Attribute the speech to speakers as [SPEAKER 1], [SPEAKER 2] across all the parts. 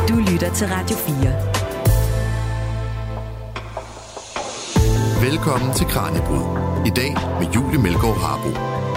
[SPEAKER 1] Du lytter til Radio 4.
[SPEAKER 2] Velkommen til Kraniebrud. I dag med Julie Melgaard Harbo.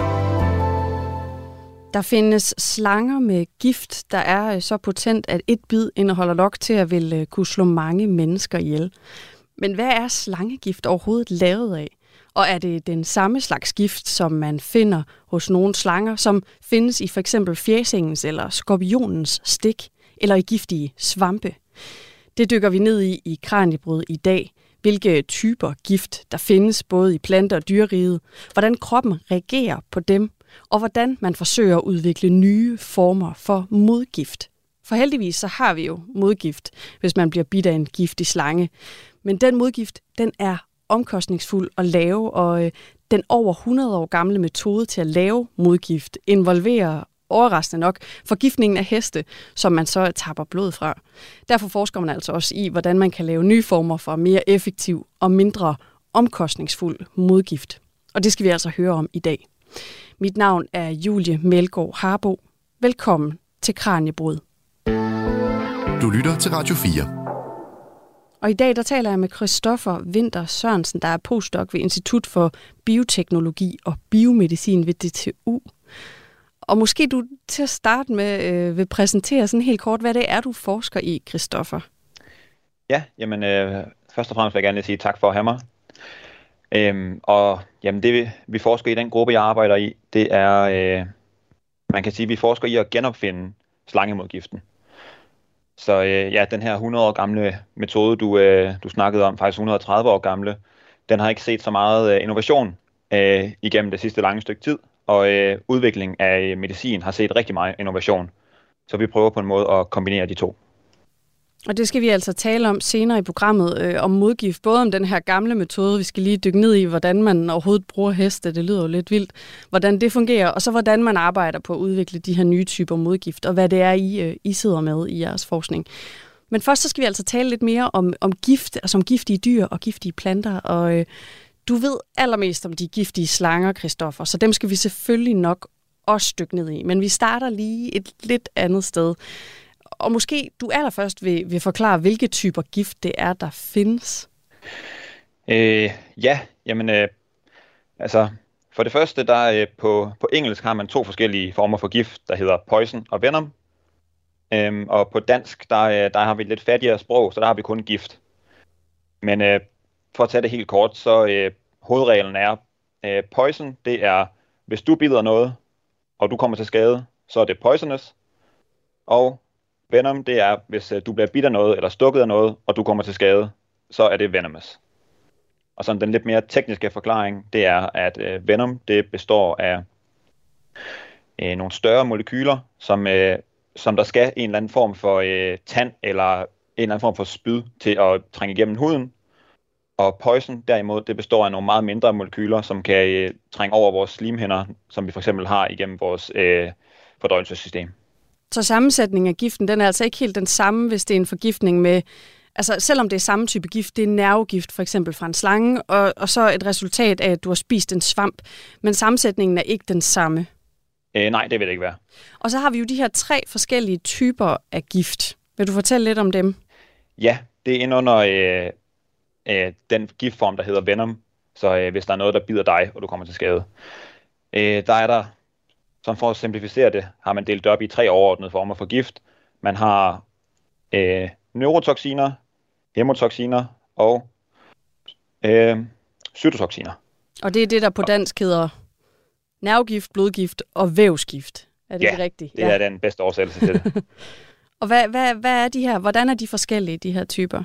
[SPEAKER 3] Der findes slanger med gift, der er så potent, at et bid indeholder nok til at ville kunne slå mange mennesker ihjel. Men hvad er slangegift overhovedet lavet af? Og er det den samme slags gift, som man finder hos nogle slanger, som findes i for eksempel fjæsingens eller skorpionens stik, eller i giftige svampe? Det dykker vi ned i Kraniebrud i dag. Hvilke typer gift der findes både i plante- og dyreriget, hvordan kroppen reagerer på dem, og hvordan man forsøger at udvikle nye former for modgift. For heldigvis så har vi jo modgift, hvis man bliver bidt af en giftig slange. Men den modgift, den er omkostningsfuld at lave, og den over 100 år gamle metode til at lave modgift involverer overraskende nok forgiftningen af heste, som man så tapper blod fra. Derfor forsker man altså også i, hvordan man kan lave nye former for mere effektiv og mindre omkostningsfuld modgift. Og det skal vi altså høre om i dag. Mit navn er Julie Melgaard Harbo. Velkommen til Kraniebrud.
[SPEAKER 2] Du lytter til Radio 4.
[SPEAKER 3] Og i dag der taler jeg med Christoffer Winther Sørensen, der er postdoc ved Institut for Bioteknologi og Biomedicin ved DTU. Og måske du til at starte med vil præsentere sådan helt kort, hvad det er, du forsker i, Christoffer.
[SPEAKER 4] Ja, jamen først og fremmest vil jeg gerne sige tak for at have mig. Og jamen, det vi forsker i den gruppe, jeg arbejder i, det er, man kan sige, vi forsker i at genopfinde slangemodgiften. Så ja, den her 100 år gamle metode, du snakkede om, faktisk 130 år gamle, den har ikke set så meget innovation igennem det sidste lange stykke tid. Og udvikling af medicin har set rigtig meget innovation. Så vi prøver på en måde at kombinere de to.
[SPEAKER 3] Og det skal vi altså tale om senere i programmet, om modgift. Både om den her gamle metode, vi skal lige dykke ned i, hvordan man overhovedet bruger heste, det lyder jo lidt vildt, hvordan det fungerer, og så hvordan man arbejder på at udvikle de her nye typer modgift, og hvad det er, I sidder med i jeres forskning. Men først så skal vi altså tale lidt mere om gift, altså om giftige dyr og giftige planter, og du ved allermest om de giftige slanger, Christoffer, så dem skal vi selvfølgelig nok også dykke ned i. Men vi starter lige et lidt andet sted. Og måske du allerførst vil forklare, hvilke typer gift det er, der findes.
[SPEAKER 4] Ja, jamen altså for det første, der på engelsk har man to forskellige former for gift, der hedder poison og venom. Og på dansk, der har vi lidt fattigere sprog, så der har vi kun gift. Men for at tage det helt kort, så hovedreglen er, poison, det er, hvis du bider noget, og du kommer til skade, så er det poisonous. Og venom, det er, hvis du bliver bidt af noget, eller stukket af noget, og du kommer til skade, så er det venomous. Og sådan den lidt mere tekniske forklaring, det er, at venom, det består af nogle større molekyler, som der skal en eller anden form for tand, eller en eller anden form for spyd til at trænge igennem huden. Og poison derimod, det består af nogle meget mindre molekyler, som kan trænge over vores slimhinder, som vi for eksempel har igennem vores fordøjelsessystem. Så
[SPEAKER 3] sammensætningen af giften, den er altså ikke helt den samme, hvis det er en forgiftning med, altså selvom det er samme type gift, det er nervegift for eksempel fra en slange, og så et resultat af, at du har spist en svamp, men sammensætningen er ikke den samme.
[SPEAKER 4] Nej, det vil det ikke være.
[SPEAKER 3] Og så har vi jo de her 3 forskellige typer af gift. Vil du fortælle lidt om dem?
[SPEAKER 4] Ja, det er inde under den giftform, der hedder venom. Så hvis der er noget, der bider dig, og du kommer til skade. Der er der, sådan for at simplificere det, har man delt op i 3 overordnede former for gift. Man har neurotoxiner, hemotoxiner og cytotoxiner.
[SPEAKER 3] Og det er det, der på dansk hedder nervegift, blodgift og vævsgift. Er det rigtigt?
[SPEAKER 4] Ja, det er den bedste oversættelse til det.
[SPEAKER 3] Og hvad er de her? Hvordan er de forskellige, de her typer?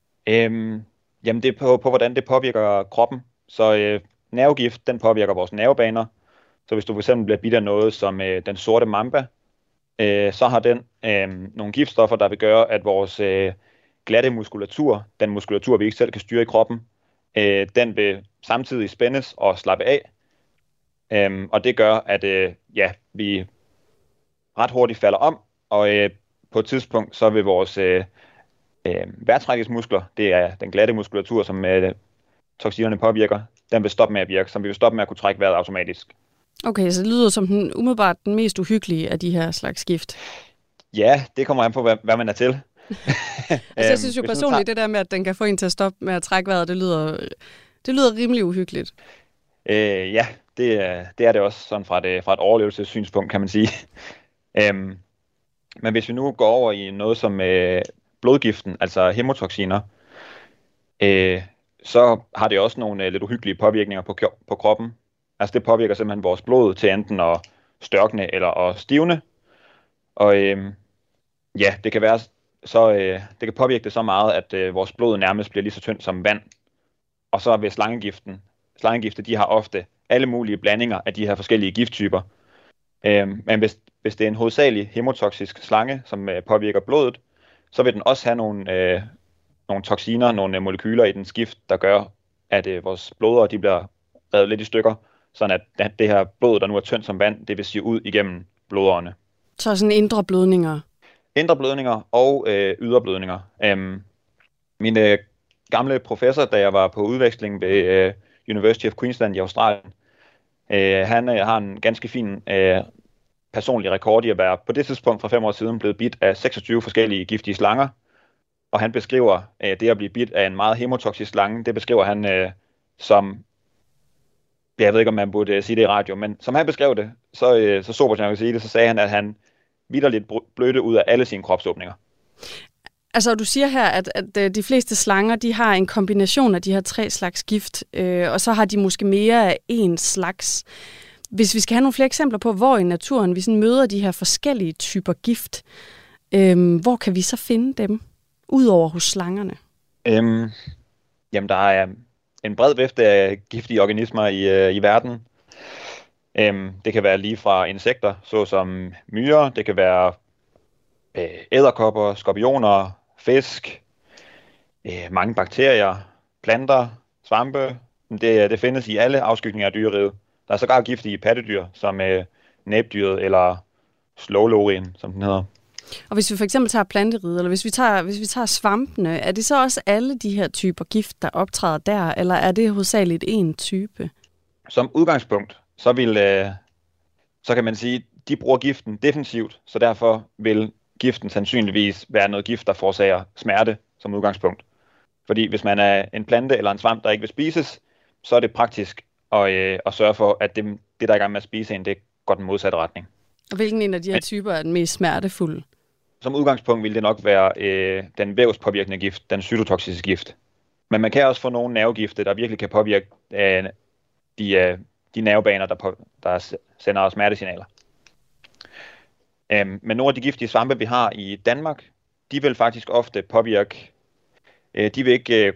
[SPEAKER 4] Jamen det er på hvordan det påvirker kroppen. Så nervegift, den påvirker vores nervebaner. Så hvis du for eksempel bliver bidt af noget som den sorte mamba, så har den nogle giftstoffer, der vil gøre, at vores glatte muskulatur, den muskulatur, vi ikke selv kan styre i kroppen, den vil samtidig spændes og slappe af. Og det gør, at vi ret hurtigt falder om, og på et tidspunkt, så vil vores vejrtrækningsmuskler, det er den glatte muskulatur, som toksinerne påvirker, den vil stoppe med at virke, så vi vil stoppe med at kunne trække vejret automatisk.
[SPEAKER 3] Okay, så det lyder som umiddelbart den mest uhyggelige af de her slags gift.
[SPEAKER 4] Ja, det kommer an på, hvad man er til.
[SPEAKER 3] Jeg synes jo personligt, det der med, at den kan få en til at stoppe med at trække vejret, det lyder rimelig uhyggeligt.
[SPEAKER 4] Ja, det er det også sådan fra et overlevelsessynspunkt, kan man sige. Men hvis vi nu går over i noget som blodgiften, altså hemotoksiner, så har det også nogle lidt uhyggelige påvirkninger på kroppen. Altså det påvirker simpelthen vores blod til enten at størkne eller at stivne. Og ja, det kan være det kan påvirke det så meget, at vores blod nærmest bliver lige så tyndt som vand. Og så ved slangegifte, de har ofte alle mulige blandinger af de her forskellige gifttyper. Men hvis det er en hovedsagelig hemotoksisk slange, som påvirker blodet, så vil den også have nogle toksiner, nogle molekyler i dens gift, der gør, at vores blodårer de bliver revet lidt i stykker, sådan at det her blod, der nu er tyndt som vand, det vil sive ud igennem blodårene.
[SPEAKER 3] Så sådan indre blødninger?
[SPEAKER 4] Indre blødninger og ydre blødninger. Min gamle professor, da jeg var på udveksling ved University of Queensland i Australien, han har en ganske fin personlig rekord i at være på det tidspunkt for 5 år siden blevet bidt af 26 forskellige giftige slanger. Og han beskriver det at blive bidt af en meget hemotoksisk slange, det beskriver han som, jeg ved ikke om man burde sige det i radio, men som han beskrev det, så sobert jeg kan sige det, så sagde han, at han vitterligt blødte ud af alle sine kropsåbninger.
[SPEAKER 3] Altså, du siger her, at de fleste slanger, de har en kombination af de her 3 slags gift, og så har de måske mere af én slags. Hvis vi skal have nogle flere eksempler på, hvor i naturen vi sådan møder de her forskellige typer gift, hvor kan vi så finde dem, udover hos slangerne?
[SPEAKER 4] Jamen, der er en bred vifte af giftige organismer i verden. Det kan være lige fra insekter, såsom myrer, det kan være edderkopper, skorpioner, fisk, mange bakterier, planter, svampe. Det findes i alle afskygninger af dyreriget. Der er sågar giftige pattedyr, som næbdyret eller slowlorien, som den hedder.
[SPEAKER 3] Og hvis vi for eksempel tager planteriget, eller hvis vi tager svampene, er det så også alle de her typer gift, der optræder der, eller er det hovedsageligt en type?
[SPEAKER 4] Som udgangspunkt, så kan man sige, at de bruger giften defensivt, så derfor vil giften sandsynligvis være noget gift, der forårsager smerte som udgangspunkt. Fordi hvis man er en plante eller en svamp, der ikke vil spises, så er det praktisk at sørge for, at det der er i gang med at spise en, det går den modsatte retning.
[SPEAKER 3] Og hvilken en af de her typer er den mest smertefulde?
[SPEAKER 4] Som udgangspunkt vil det nok være den vævspåvirkende gift, den cytotoksiske gift. Men man kan også få nogle nervegifte, der virkelig kan påvirke de nervebaner, der sender smertesignaler. Men nogle af de giftige svampe, vi har i Danmark, de vil faktisk ofte påvirke. Du vil ikke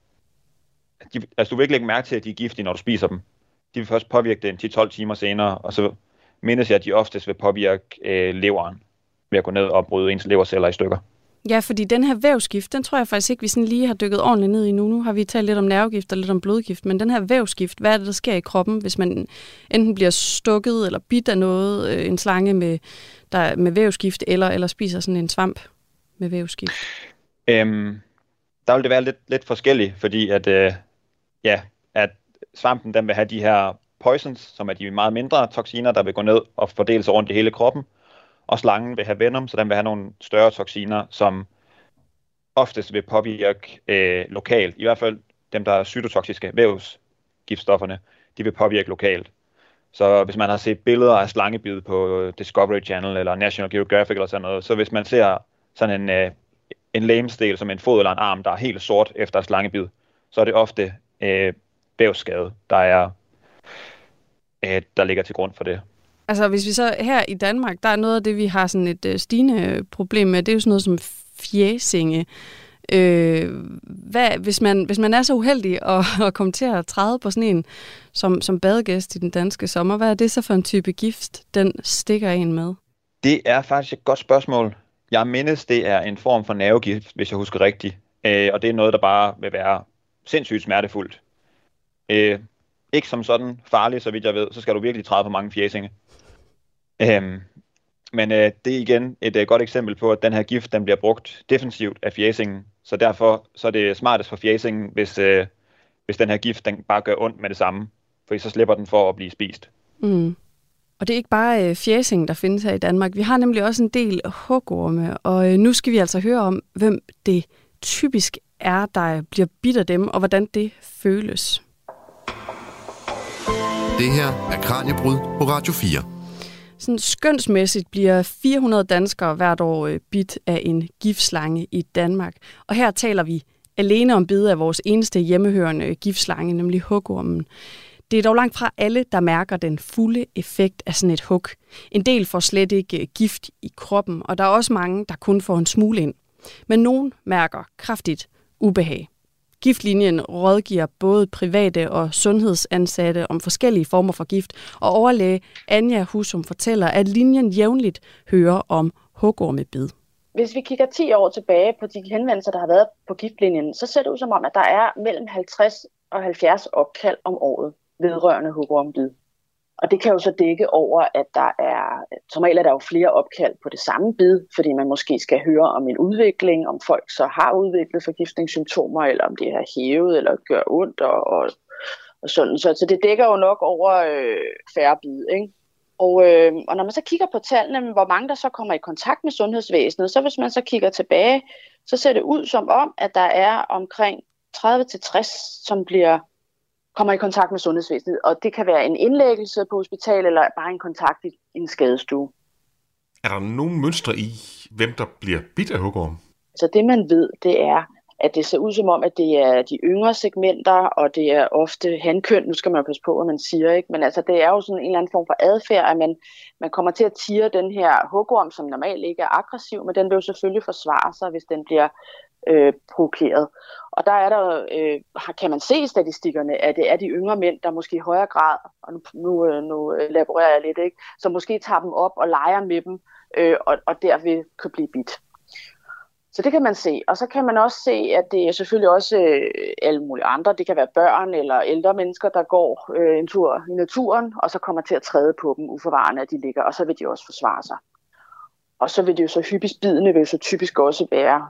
[SPEAKER 4] lægge mærke til, at de er giftige, når du spiser dem. De vil først påvirke det 10-12 timer senere, og så mindes jeg, at de oftest vil påvirke leveren ved at gå ned og bryde ens leverceller i stykker.
[SPEAKER 3] Ja, fordi den her vævsgift, den tror jeg faktisk ikke, vi sådan lige har dykket ordentligt ned i nu. Nu har vi talt lidt om nervegift og lidt om blodgift, men den her vævsgift, hvad er det, der sker i kroppen, hvis man enten bliver stukket eller bidt af noget, en slange med vævsgift, eller spiser sådan en svamp med vævsgift?
[SPEAKER 4] Der vil det være lidt forskelligt, fordi at svampen den vil have de her poisons, som er de meget mindre toksiner, der vil gå ned og fordele sig rundt i hele kroppen. Og slangen vil have venom, så den vil have nogle større toksiner, som oftest vil påvirke lokalt. I hvert fald dem, der er cytotoksiske vævsgiftstofferne, de vil påvirke lokalt. Så hvis man har set billeder af slangebid på Discovery Channel eller National Geographic eller sådan noget, så hvis man ser sådan en legemsdel som en fod eller en arm, der er helt sort efter et slangebid, så er det ofte vævsskade, der ligger til grund for det.
[SPEAKER 3] Altså hvis vi så her i Danmark, der er noget af det, vi har sådan et stigende problem med, det er jo sådan noget som fjæsinge. Hvis man er så uheldig at komme til at træde på sådan en som badegæst i den danske sommer, hvad er det så for en type gift, den stikker en med?
[SPEAKER 4] Det er faktisk et godt spørgsmål. Jeg mindes, det er en form for nervegift, hvis jeg husker rigtigt. Og det er noget, der bare vil være sindssygt smertefuldt. Ikke som sådan farligt, så vidt jeg ved, så skal du virkelig træde på mange fjæsinge. Men det er igen et godt eksempel på, at den her gift, den bliver brugt defensivt af fjæsingen. Så derfor så er det smartest for fjæsingen, hvis den her gift, den bare gør ondt med det samme. For så slipper den for at blive spist.
[SPEAKER 3] Mm. Og det er ikke bare fjæsing, der findes her i Danmark. Vi har nemlig også en del hugorme, og nu skal vi altså høre om, hvem det typisk er, der bliver bidt af dem, og hvordan det føles.
[SPEAKER 2] Det her er Kraniebrud på Radio 4.
[SPEAKER 3] Sådan skønsmæssigt bliver 400 danskere hvert år bidt af en giftslange i Danmark. Og her taler vi alene om bid af vores eneste hjemmehørende giftslange, nemlig hugormen. Det er dog langt fra alle, der mærker den fulde effekt af sådan et hug. En del får slet ikke gift i kroppen, og der er også mange, der kun får en smule ind. Men nogen mærker kraftigt ubehag. Giftlinjen rådgiver både private og sundhedsansatte om forskellige former for gift, og overlæge Anja Husum fortæller, at linjen jævnligt hører om hugormebid.
[SPEAKER 1] Hvis vi kigger 10 år tilbage på de henvendelser, der har været på giftlinjen, så ser det ud som om, at der er mellem 50 og 70 opkald om året vedrørende hugormebid. Og det kan jo så dække over, at der er, som regel er der jo flere opkald på det samme bid, fordi man måske skal høre om en udvikling, om folk så har udviklet forgiftningssymptomer, eller om det er hævet eller gør ondt og sådan. Så det dækker jo nok over færre bid, ikke? Og når man så kigger på tallene, hvor mange der så kommer i kontakt med sundhedsvæsenet, så hvis man så kigger tilbage, så ser det ud som om, at der er omkring 30-60, som kommer i kontakt med sundhedsvæsenet. Og det kan være en indlæggelse på hospital, eller bare en kontakt i en skadestue.
[SPEAKER 5] Er der nogen mønstre i, hvem der bliver bidt af hugorm?
[SPEAKER 1] Så det man ved, det er, at det ser ud som om, at det er de yngre segmenter, og det er ofte hankøn. Nu skal man jo passe på, hvad man siger, ikke? Men altså, det er jo sådan en eller anden form for adfærd, at man kommer til at tirre den her hugorm, som normalt ikke er aggressiv, men den vil jo selvfølgelig forsvare sig, hvis den bliver provokeret. Og der er der, kan man se i statistikkerne, at det er de yngre mænd, der måske i højere grad, og nu laborerer jeg lidt, ikke, så måske tager dem op og leger med dem, og derved kan blive bidt. Så det kan man se. Og så kan man også se, at det er selvfølgelig også alle mulige andre. Det kan være børn eller ældre mennesker, der går en tur i naturen, og så kommer til at træde på dem uforvarende, at de ligger, og så vil de også forsvare sig. Og så vil det jo så hyppigst bidende vil jo så typisk også være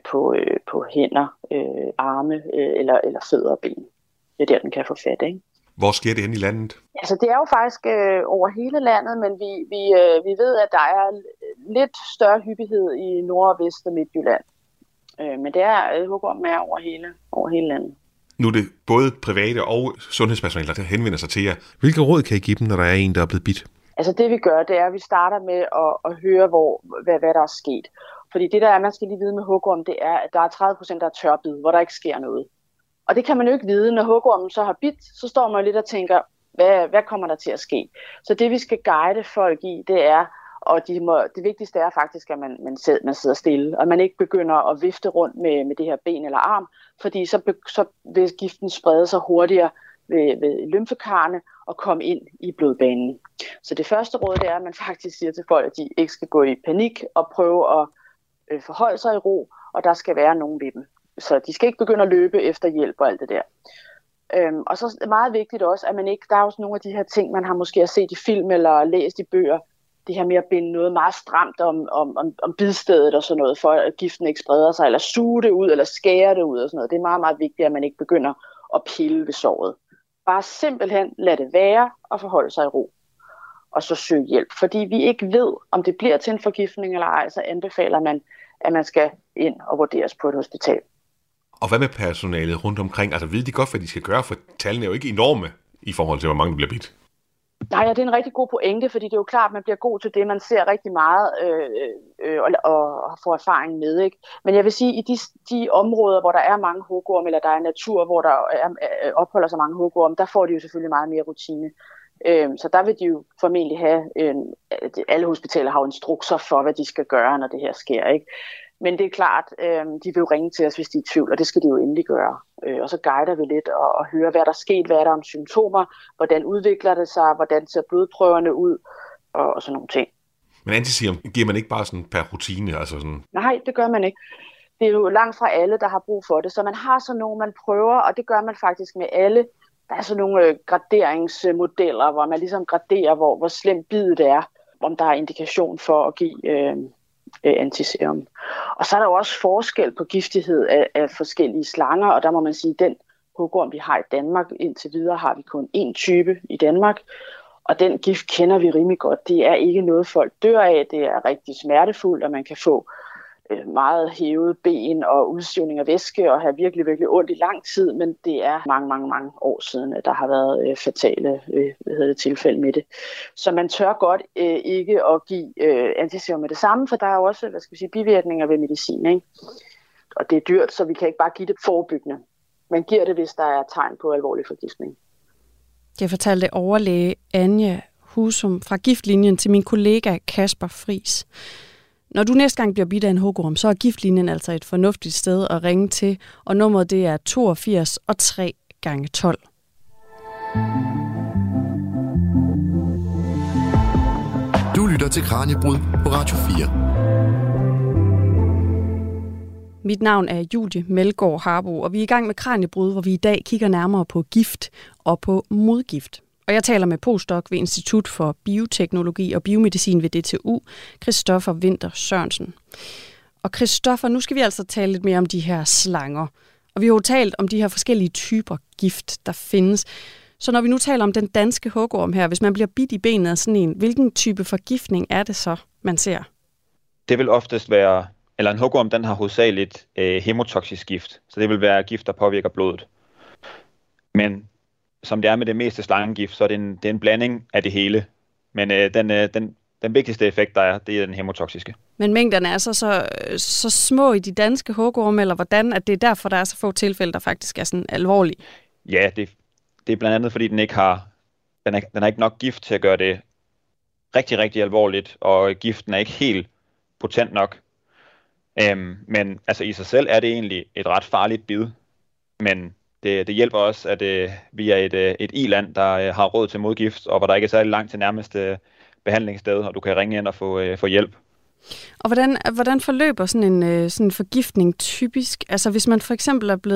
[SPEAKER 1] på hænder, arme eller fødder og ben. Det er der, den kan få fat, ikke?
[SPEAKER 5] Hvor sker det hen i landet? Altså,
[SPEAKER 1] det er jo faktisk over hele landet, men vi ved, at der er lidt større hyppighed i Nord- og Vest- og Midtjylland. Men det er hugorm med over hele landet.
[SPEAKER 5] Nu er det både private og sundhedspersonale, der henvender sig til jer. Hvilke råd kan I give dem, når der er en, der er blevet bidt?
[SPEAKER 1] Altså det vi gør, det er, at vi starter med at høre, hvad der er sket. Fordi det der er, man skal lige vide med hugorm, det er, at der er 30%, der er tørbid, hvor der ikke sker noget. Og det kan man jo ikke vide, når hugormen så har bidt, så står man jo lidt og tænker, hvad kommer der til at ske? Så det vi skal guide folk i, det er, og det vigtigste er faktisk, at man sidder stille, og man ikke begynder at vifte rundt med det her ben eller arm, fordi så vil giften sprede sig hurtigere ved lymfekarrene og komme ind i blodbanen. Så det første råd, det er, at man faktisk siger til folk, at de ikke skal gå i panik og prøve at forholde sig i ro, og der skal være nogen ved dem. Så de skal ikke begynde at løbe efter hjælp og alt det der. Og så er det meget vigtigt også, at man ikke, der er også nogle af de her ting, man har måske set i film eller læst i bøger, det her med at binde noget meget stramt om bidstedet og sådan noget, for at giften ikke spreder sig, eller suge det ud, eller skære det ud og sådan noget. Det er meget, meget vigtigt, at man ikke begynder at pille ved såret. Bare simpelthen lad det være og forholde sig i ro. Og så søge hjælp. Fordi vi ikke ved, om det bliver til en forgiftning eller ej, så anbefaler man, at man skal ind og vurderes på et hospital.
[SPEAKER 5] Og hvad med personalet rundt omkring? Altså ved de godt, hvad de skal gøre, for tallene er jo ikke enorme i forhold til, hvor mange der bliver bidt.
[SPEAKER 1] Nej, ja, det er en rigtig god pointe, fordi det er jo klart, at man bliver god til det, man ser rigtig meget og får erfaring med, ikke? Men jeg vil sige, at i de områder, hvor der er mange hugorm, eller der er natur, hvor der opholder sig mange hugorm, der får de jo selvfølgelig meget mere rutine. Så der vil de jo formentlig have, alle hospitaler har jo instrukser for, hvad de skal gøre, når det her sker, ikke? Men det er klart, de vil jo ringe til os, hvis de er i tvivl, og det skal de jo endelig gøre. Og så guider vi lidt og hører, hvad der er sket, hvad er der om symptomer, hvordan udvikler det sig, hvordan ser blodprøverne ud, og sådan nogle ting.
[SPEAKER 5] Men anticium giver man ikke bare sådan per rutine? Altså sådan...
[SPEAKER 1] Nej, det gør man ikke. Det er jo langt fra alle, der har brug for det. Så man har sådan nogle, man prøver, og det gør man faktisk med alle. Der er sådan nogle graderingsmodeller, hvor man ligesom graderer, hvor slemt bidet er, om der er indikation for at give antiserum. Og så er der jo også forskel på giftighed af forskellige slanger, og der må man sige, at den hugorm, vi har i Danmark, indtil videre har vi kun én type i Danmark, Og den gift kender vi rimelig godt. Det er ikke noget, folk dør af. Det er rigtig smertefuldt, og man kan få meget hævet ben og udsivning af væske og have virkelig, virkelig ondt i lang tid, men det er mange, mange, mange år siden, at der har været fatale tilfælde med det. Så man tør godt ikke at give antiserum med det samme, for der er jo også, bivirkninger ved medicin, ikke? Og det er dyrt, så vi kan ikke bare give det forebyggende. Man giver det, hvis der er tegn på alvorlig forgiftning.
[SPEAKER 3] Jeg fortalte overlæge Anja Husum fra Giftlinjen til min kollega Kasper Friis. Når du næste gang bliver bidt af en hugorm, så er Giftlinjen altså et fornuftigt sted at ringe til, og nummeret det er 82 og 3 gange 12.
[SPEAKER 2] Du lytter til Kraniebrud på Radio 4.
[SPEAKER 3] Mit navn er Julie Melgaard Harbo, og vi er i gang med Kraniebrud, hvor vi i dag kigger nærmere på gift og på modgift. Og jeg taler med postdoc ved Institut for Bioteknologi og Biomedicin ved DTU, Christoffer Winther Sørensen. Og Christoffer, nu skal vi altså tale lidt mere om de her slanger. Og vi har jo talt om de her forskellige typer gift, der findes. Så når vi nu taler om den danske hugorm her, hvis man bliver bidt i benet af sådan en, hvilken type forgiftning er det så, man ser?
[SPEAKER 4] Det vil oftest være, eller en hugorm, den har hovedsageligt hemotoksisk gift, så det vil være gift, der påvirker blodet. Men som det er med det meste slangegift, så er det en blanding af det hele. Men den vigtigste effekt, der er, det er den hemotoksiske. Men
[SPEAKER 3] mængderne er så små i de danske hugorme, eller hvordan, at det er derfor, der er så få tilfælde, der faktisk er sådan alvorlige?
[SPEAKER 4] Ja, det er blandt andet, fordi den har ikke nok gift til at gøre det rigtig, rigtig alvorligt, og giften er ikke helt potent nok. Men altså i sig selv er det egentlig et ret farligt bid. Men det hjælper også, at vi er et i-land, der har råd til modgift, og hvor der ikke er særlig langt til nærmeste behandlingssted, og du kan ringe ind og få hjælp.
[SPEAKER 3] Og hvordan forløber sådan en forgiftning typisk? Altså hvis man for eksempel er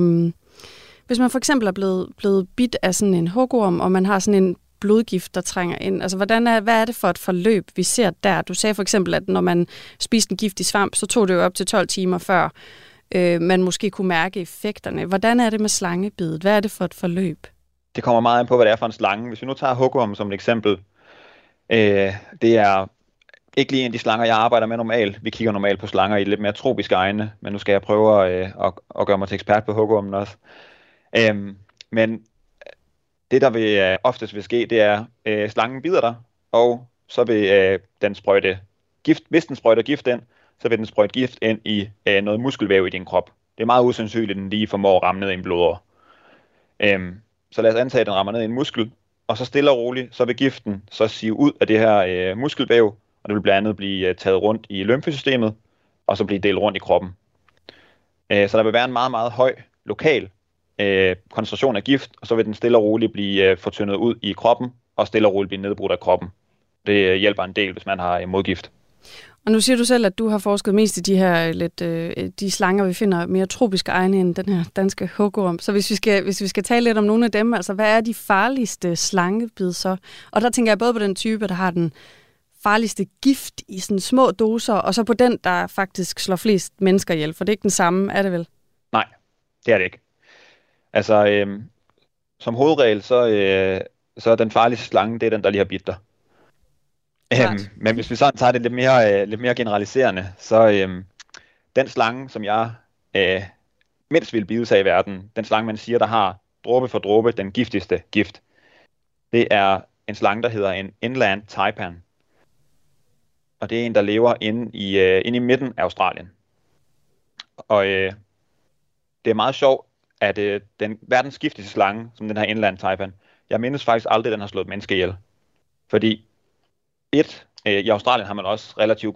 [SPEAKER 3] blevet bidt af sådan en hugorm, og man har sådan en blodgift, der trænger ind. Altså hvad er det for et forløb, vi ser der? Du sagde for eksempel, at når man spiste en giftig svamp, så tog det jo op til 12 timer før man måske kunne mærke effekterne. Hvordan er det med slangebidet? Hvad er det for et forløb?
[SPEAKER 4] Det kommer meget an på, hvad det er for en slange. Hvis vi nu tager hugorm som et eksempel, det er ikke lige en af de slanger, jeg arbejder med normalt. Vi kigger normalt på slanger i lidt mere tropiske egne, men nu skal jeg prøve at gøre mig til ekspert på hugormen også. Men det, der oftest vil ske, det er, slangen bider dig, og så vil den sprøjte gift. Hvis den sprøjter gift ind, så vil den sprøjte gift ind i noget muskelvæv i din krop. Det er meget usandsynligt, at den lige formår at ramme ned i en blodår. Så lad os antage, at den rammer ned i en muskel, og så stille og roligt, så vil giften så sive ud af det her muskelvæv, og det vil blandt andet blive taget rundt i lymfesystemet, og så blive delt rundt i kroppen. Så der vil være en meget, meget høj lokal koncentration af gift, og så vil den stille og roligt blive fortyndet ud i kroppen, og stille og roligt blive nedbrudt af kroppen. Det hjælper en del, hvis man har modgift.
[SPEAKER 3] Og nu siger du selv, at du har forsket mest i de her de slanger, vi finder mere tropiske egne end den her danske hugorm. Så hvis vi skal tale lidt om nogle af dem, altså hvad er de farligste slangebid så? Og der tænker jeg både på den type, der har den farligste gift i sådan små doser, og så på den, der faktisk slår flest mennesker ihjel. For det er ikke den samme, er det vel?
[SPEAKER 4] Nej, det er det ikke. Altså, som hovedregel, så er den farligste slange, det er den, der lige har bidt dig. Men hvis vi så tager det lidt mere generaliserende, så den slange, som jeg mindst vil bide sig i verden, den slange, man siger, der har dråbe for dråbe den giftigste gift, det er en slange, der hedder en inland taipan. Og det er en, der lever inde i midten af Australien. Og det er meget sjovt, at den verdens giftigste slange, som den her inland taipan, jeg mindes faktisk aldrig, den har slået menneske ihjel. Fordi i Australien har man også relativt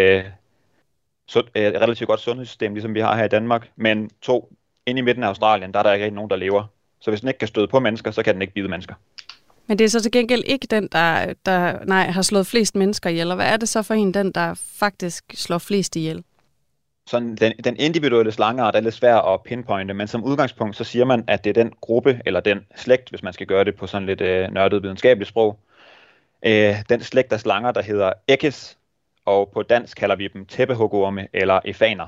[SPEAKER 4] godt sundhedssystem, ligesom vi har her i Danmark. Men 2, inde i midten af Australien, der er der ikke nogen, der lever. Så hvis den ikke kan støde på mennesker, så kan den ikke bide mennesker.
[SPEAKER 3] Men det er så til gengæld ikke den, der har slået flest mennesker ihjel. Og hvad er det så for den, der faktisk slår flest ihjel?
[SPEAKER 4] Sådan, den individuelle slangeart er lidt svær at pinpointe, men som udgangspunkt, så siger man, at det er den gruppe, eller den slægt, hvis man skal gøre det på sådan lidt nørdet videnskabeligt sprog, den slægt af slanger, der hedder Eckes, og på dansk kalder vi dem tæppehugorme eller efaner.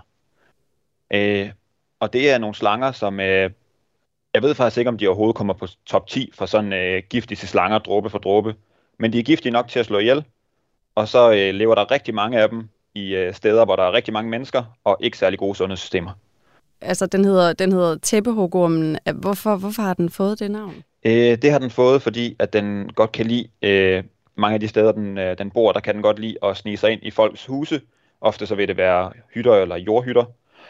[SPEAKER 4] Og det er nogle slanger, som jeg ved faktisk ikke, om de overhovedet kommer på top 10 for sådan giftige slanger, dråbe for dråbe. men de er giftige nok til at slå ihjel, og så lever der rigtig mange af dem i steder, hvor der er rigtig mange mennesker, og ikke særlig gode sundhedssystemer.
[SPEAKER 3] Altså, den hedder tæppehugormen. Hvorfor har den fået det navn?
[SPEAKER 4] Det har den fået, fordi at den godt kan lide, mange af de steder, den bor, der kan den godt lide at snige sig ind i folks huse. Ofte så vil det være hytter eller jordhytter.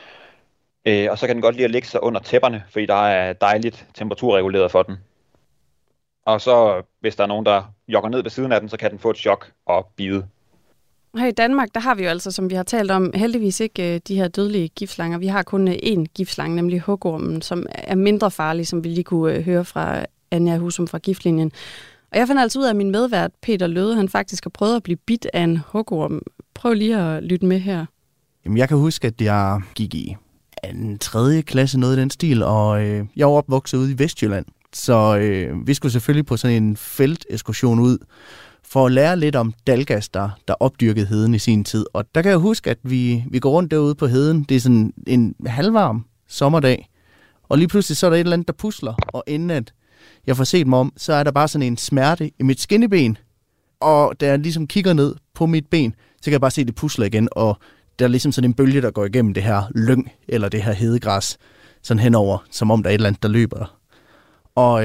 [SPEAKER 4] Og så kan den godt lide at ligge sig under tæpperne, fordi der er dejligt temperaturreguleret for den. Og så, hvis der er nogen, der jogger ned ved siden af den, så kan den få et chok og bide.
[SPEAKER 3] Her i Danmark, der har vi jo altså, som vi har talt om, heldigvis ikke de her dødelige giftslanger. Vi har kun én giftslange, nemlig hugormen, som er mindre farlig, som vi lige kunne høre fra Anja Husum fra Giftlinjen. Og jeg fandt altså ud af, at min medvært Peter Løde, han faktisk har prøvet at blive bidt af en hugorm. Prøv lige at lytte med her.
[SPEAKER 6] Jamen, jeg kan huske, at jeg gik i en 3. klasse, noget i den stil, og jeg var opvokset ude i Vestjylland. Så vi skulle selvfølgelig på sådan en feltekskursion ud, for at lære lidt om dalgas, der opdyrkede heden i sin tid. Og der kan jeg huske, at vi går rundt derude på heden. Det er sådan en halvvarm sommerdag. Og lige pludselig så er der et eller andet, der pusler. Og inden at jeg får set mig om, så er der bare sådan en smerte i mit skinneben. Og da jeg ligesom kigger ned på mit ben, så kan jeg bare se, det pusler igen. Og der er ligesom sådan en bølge, der går igennem det her lyng, eller det her hedegræs, sådan henover, som om der er et eller andet, der løber der. Og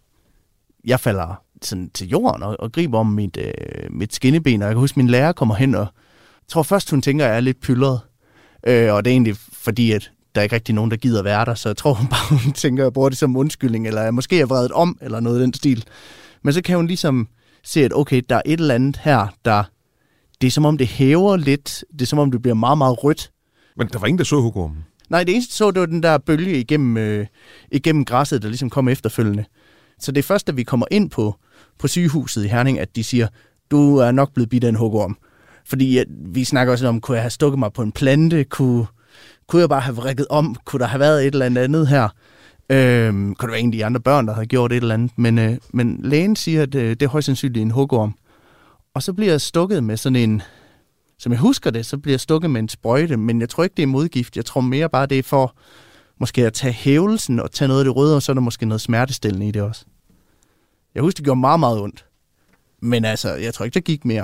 [SPEAKER 6] jeg falder sådan til jorden og griber om mit skinneben, og jeg kan huske, at min lærer kommer hen, og jeg tror først, hun tænker, at jeg er lidt pyldret. Og det er egentlig fordi, at der er ikke rigtig nogen, der gider være der, så jeg tror hun tænker, at jeg bruger det som undskyldning, eller jeg måske er vredet om, eller noget i den stil. Men så kan hun ligesom se, at okay, der er et eller andet her, det er som om det hæver lidt, det er som om det bliver meget, meget rødt.
[SPEAKER 5] Men der var ingen, der så hugormen?
[SPEAKER 6] Nej, det eneste så, det var den der bølge igennem græsset, der ligesom kom efterfølgende. Så det er først, da vi kommer ind på sygehuset i Herning, at de siger, du er nok blevet bidt af en hugorm. Fordi vi snakker også om, kunne jeg have stukket mig på en plante? Kunne jeg bare have vrikket om? Kunne der have været et eller andet her? Kunne det være en af de andre børn, der havde gjort et eller andet? Men lægen siger, at det er højst sandsynligt en hugorm. Og så bliver jeg stukket med sådan en, som jeg husker det, så bliver jeg stukket med en sprøjte, men jeg tror ikke, det er modgift. Jeg tror mere bare, det er for måske at tage hævelsen og tage noget af det røde, og så er der måske noget smertestillende i det også. Jeg husker, det gjorde meget, meget ondt. Men altså, jeg tror ikke,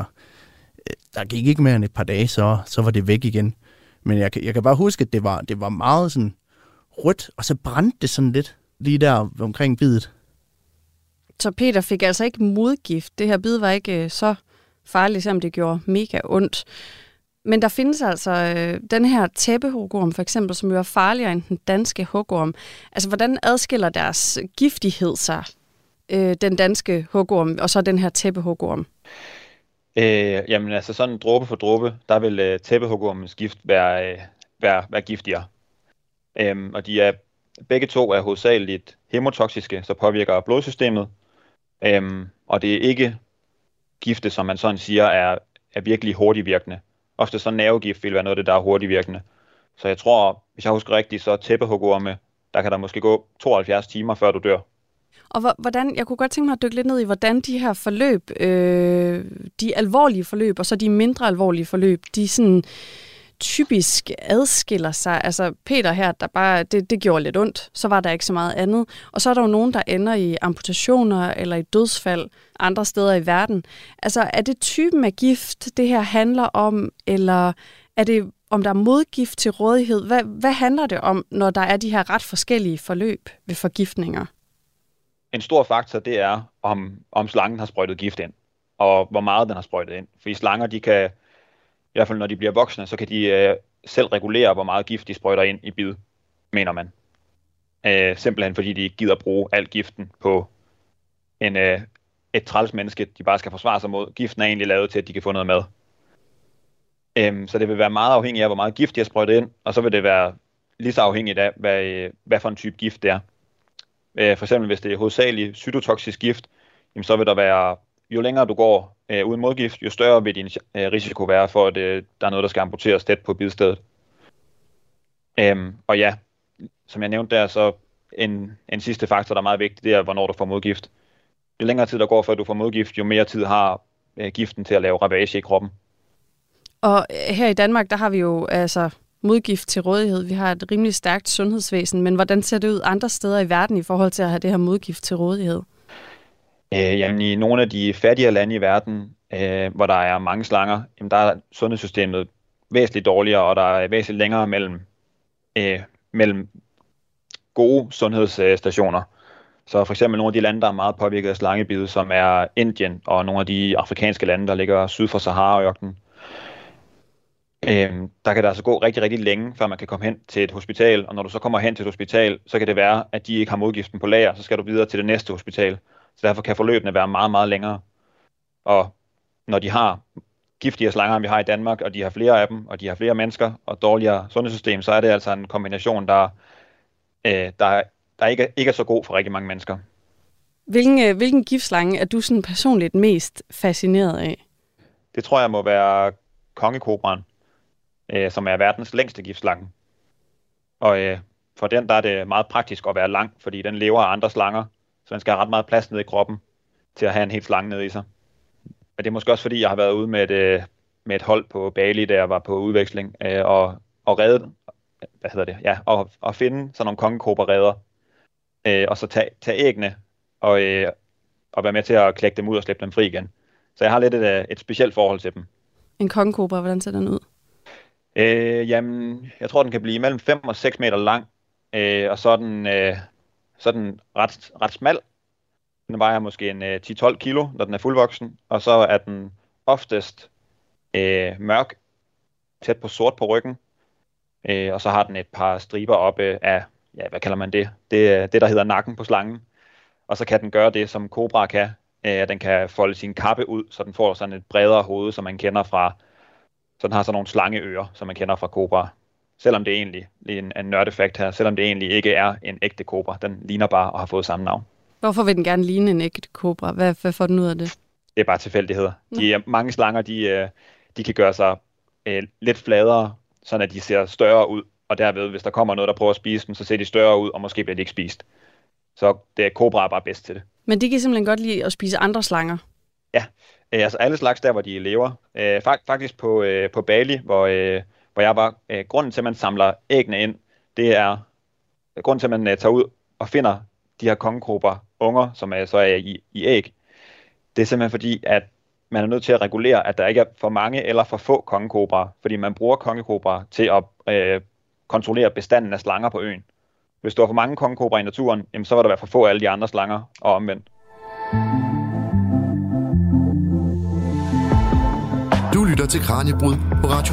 [SPEAKER 6] der gik ikke mere end et par dage, så var det væk igen. Men jeg kan bare huske, at det var meget sådan rødt, og så brændte det sådan lidt lige der omkring bidet.
[SPEAKER 3] Så Peter fik altså ikke modgift. Det her bid var ikke så farligt, selvom det gjorde mega ondt. Men der findes altså den her tæppehugorm for eksempel, som jo er farligere end den danske hugorm. Altså, hvordan adskiller deres giftighed sig, den danske hugorm, og så den her tæppehugorm?
[SPEAKER 4] Jamen altså sådan dråbe for dråbe, der vil tæppehugormens gift være giftigere. Og begge to er hovedsageligt hemotoksiske, så påvirker blodsystemet. Og det er ikke gifte, som man sådan siger, er virkelig hurtigt virkende. Ofte så nervegift vil være noget af det, der er hurtigt virkende. Så jeg tror, hvis jeg husker rigtigt, så tæppehugorme, der kan der måske gå 72 timer, før du dør.
[SPEAKER 3] Og hvordan, jeg kunne godt tænke mig at dykke lidt ned i, hvordan de her forløb, de alvorlige forløb, og så de mindre alvorlige forløb, de sådan typisk adskiller sig. Altså Peter her, der bare, det gjorde lidt ondt, så var der ikke så meget andet. Og så er der jo nogen, der ender i amputationer eller i dødsfald andre steder i verden. Altså er det typen af gift, det her handler om, eller er det, om der er modgift til rådighed? Hvad handler det om, når der er de her ret forskellige forløb ved forgiftninger?
[SPEAKER 4] En stor faktor, det er, om slangen har sprøjtet gift ind, og hvor meget den har sprøjtet ind. Fordi slanger, de kan, i hvert fald når de bliver voksne, så kan de selv regulere, hvor meget gift de sprøjter ind i bid, mener man. Simpelthen fordi de ikke gider bruge al giften på et træls menneske, de bare skal forsvare sig mod. Giften er egentlig lavet til, at de kan få noget mad. Så det vil være meget afhængigt af, hvor meget gift de har sprøjtet ind, og så vil det være lige så afhængigt af, hvad for en type gift det er. For eksempel hvis det er hovedsageligt cytotoksisk gift, jamen så vil der være, jo længere du går uden modgift, jo større vil din risiko være for, at der er noget, der skal amputeres tæt på bidstedet. Og ja, som jeg nævnte der, så en sidste faktor, der er meget vigtig, det er, hvornår du får modgift. Jo længere tid der går, før du får modgift, jo mere tid har giften til at lave ravage i kroppen. Og
[SPEAKER 3] her i Danmark, der har vi jo altså modgift til rådighed. Vi har et rimelig stærkt sundhedsvæsen, men hvordan ser det ud andre steder i verden i forhold til at have det her modgift til rådighed?
[SPEAKER 4] Jamen, i nogle af de fattigere lande i verden, hvor der er mange slanger, jamen, der er sundhedssystemet væsentligt dårligere, og der er væsentligt længere mellem gode sundhedsstationer. Så for eksempel nogle af de lande, der er meget påvirket af slangebid, som er Indien og nogle af de afrikanske lande, der ligger syd for Sahara-ørkenen, der kan det altså gå rigtig, rigtig længe, før man kan komme hen til et hospital. Og når du så kommer hen til et hospital, så kan det være, at de ikke har modgiften på lager, så skal du videre til det næste hospital. Så derfor kan forløbene være meget, meget længere. Og når de har giftige slanger, end vi har i Danmark, og de har flere af dem, og de har flere mennesker og dårligere sundhedssystem, så er det altså en kombination, der ikke er så god for rigtig mange mennesker.
[SPEAKER 3] Hvilken giftslange er du sådan personligt mest fascineret af?
[SPEAKER 4] Det tror jeg må være kongekobraen, som er verdens længste giftslange. Og for den der er det meget praktisk at være lang, fordi den lever af andre slanger, så den skal have ret meget plads nede i kroppen til at have en helt slange nede i sig. Men det er måske også fordi, jeg har været ude med et hold på Bali, da jeg var på udveksling, og redde, og finde sådan nogle kongekobrereder, og så tage æggene og være med til at klække dem ud og slippe dem fri igen. Så jeg har lidt et specielt forhold til dem.
[SPEAKER 3] En kongekobra, hvordan ser den ud?
[SPEAKER 4] Jamen, jeg tror, den kan blive mellem 5 og 6 meter lang, og så er den ret smal. Den vejer måske en 10-12 kilo, når den er fuldvoksen, og så er den oftest mørk, tæt på sort på ryggen, og så har den et par striber oppe af, hvad kalder man det? Det, der hedder nakken på slangen. Og så kan den gøre det, som kobra kan, at den kan folde sin kappe ud, så den får sådan et bredere hoved, som man kender fra, så den har sådan nogle slangeører, som man kender fra kobra. Selvom det egentlig, lige en nørdefakt her, selvom det egentlig ikke er en ægte kobra, den ligner bare og har fået samme navn.
[SPEAKER 3] Hvorfor vil den gerne ligne en ægte kobra? Hvad får den ud af det?
[SPEAKER 4] Det er bare tilfældigheder. Mange slanger, de kan gøre sig lidt fladere, sådan at de ser større ud, og derved, hvis der kommer noget, der prøver at spise dem, så ser de større ud, og måske bliver de ikke spist. Så det er kobra bare bedst til det. Men
[SPEAKER 3] de kan simpelthen godt lide at spise andre slanger?
[SPEAKER 4] Ja, altså alle slags der, hvor de lever. Faktisk på Bali, hvor jeg var, grunden til, at man samler æggene ind, det er, grunden til, at man tager ud og finder de her kongekobra unger, som så er i æg. Det er simpelthen fordi, at man er nødt til at regulere, at der ikke er for mange eller for få kongekobra, fordi man bruger kongekobra til at kontrollere bestanden af slanger på øen. Hvis du har for mange kongekobra i naturen, jamen, så vil der være for få af alle de andre slanger, og omvendt.
[SPEAKER 2] Du lytter til Kraniebrud på Radio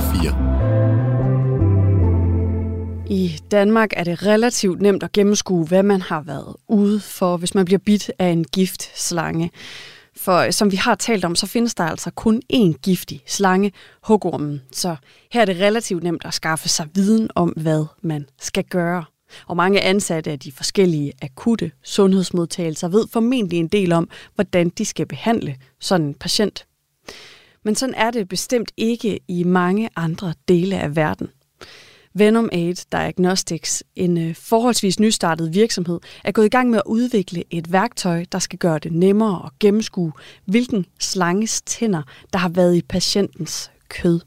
[SPEAKER 2] 4.
[SPEAKER 3] I Danmark er det relativt nemt at gennemskue, hvad man har været ude for, hvis man bliver bidt af en giftslange. For som vi har talt om, så findes der altså kun én giftig slange, hugormen. Så her er det relativt nemt at skaffe sig viden om, hvad man skal gøre. Og mange ansatte af de forskellige akutte sundhedsmodtagelser ved formentlig en del om, hvordan de skal behandle sådan en patient. Men sådan er det bestemt ikke i mange andre dele af verden. Venom-Aid Diagnostics, en forholdsvis nystartet virksomhed, er gået i gang med at udvikle et værktøj, der skal gøre det nemmere at gennemskue, hvilken slanges tænder, der har været i patientens kød.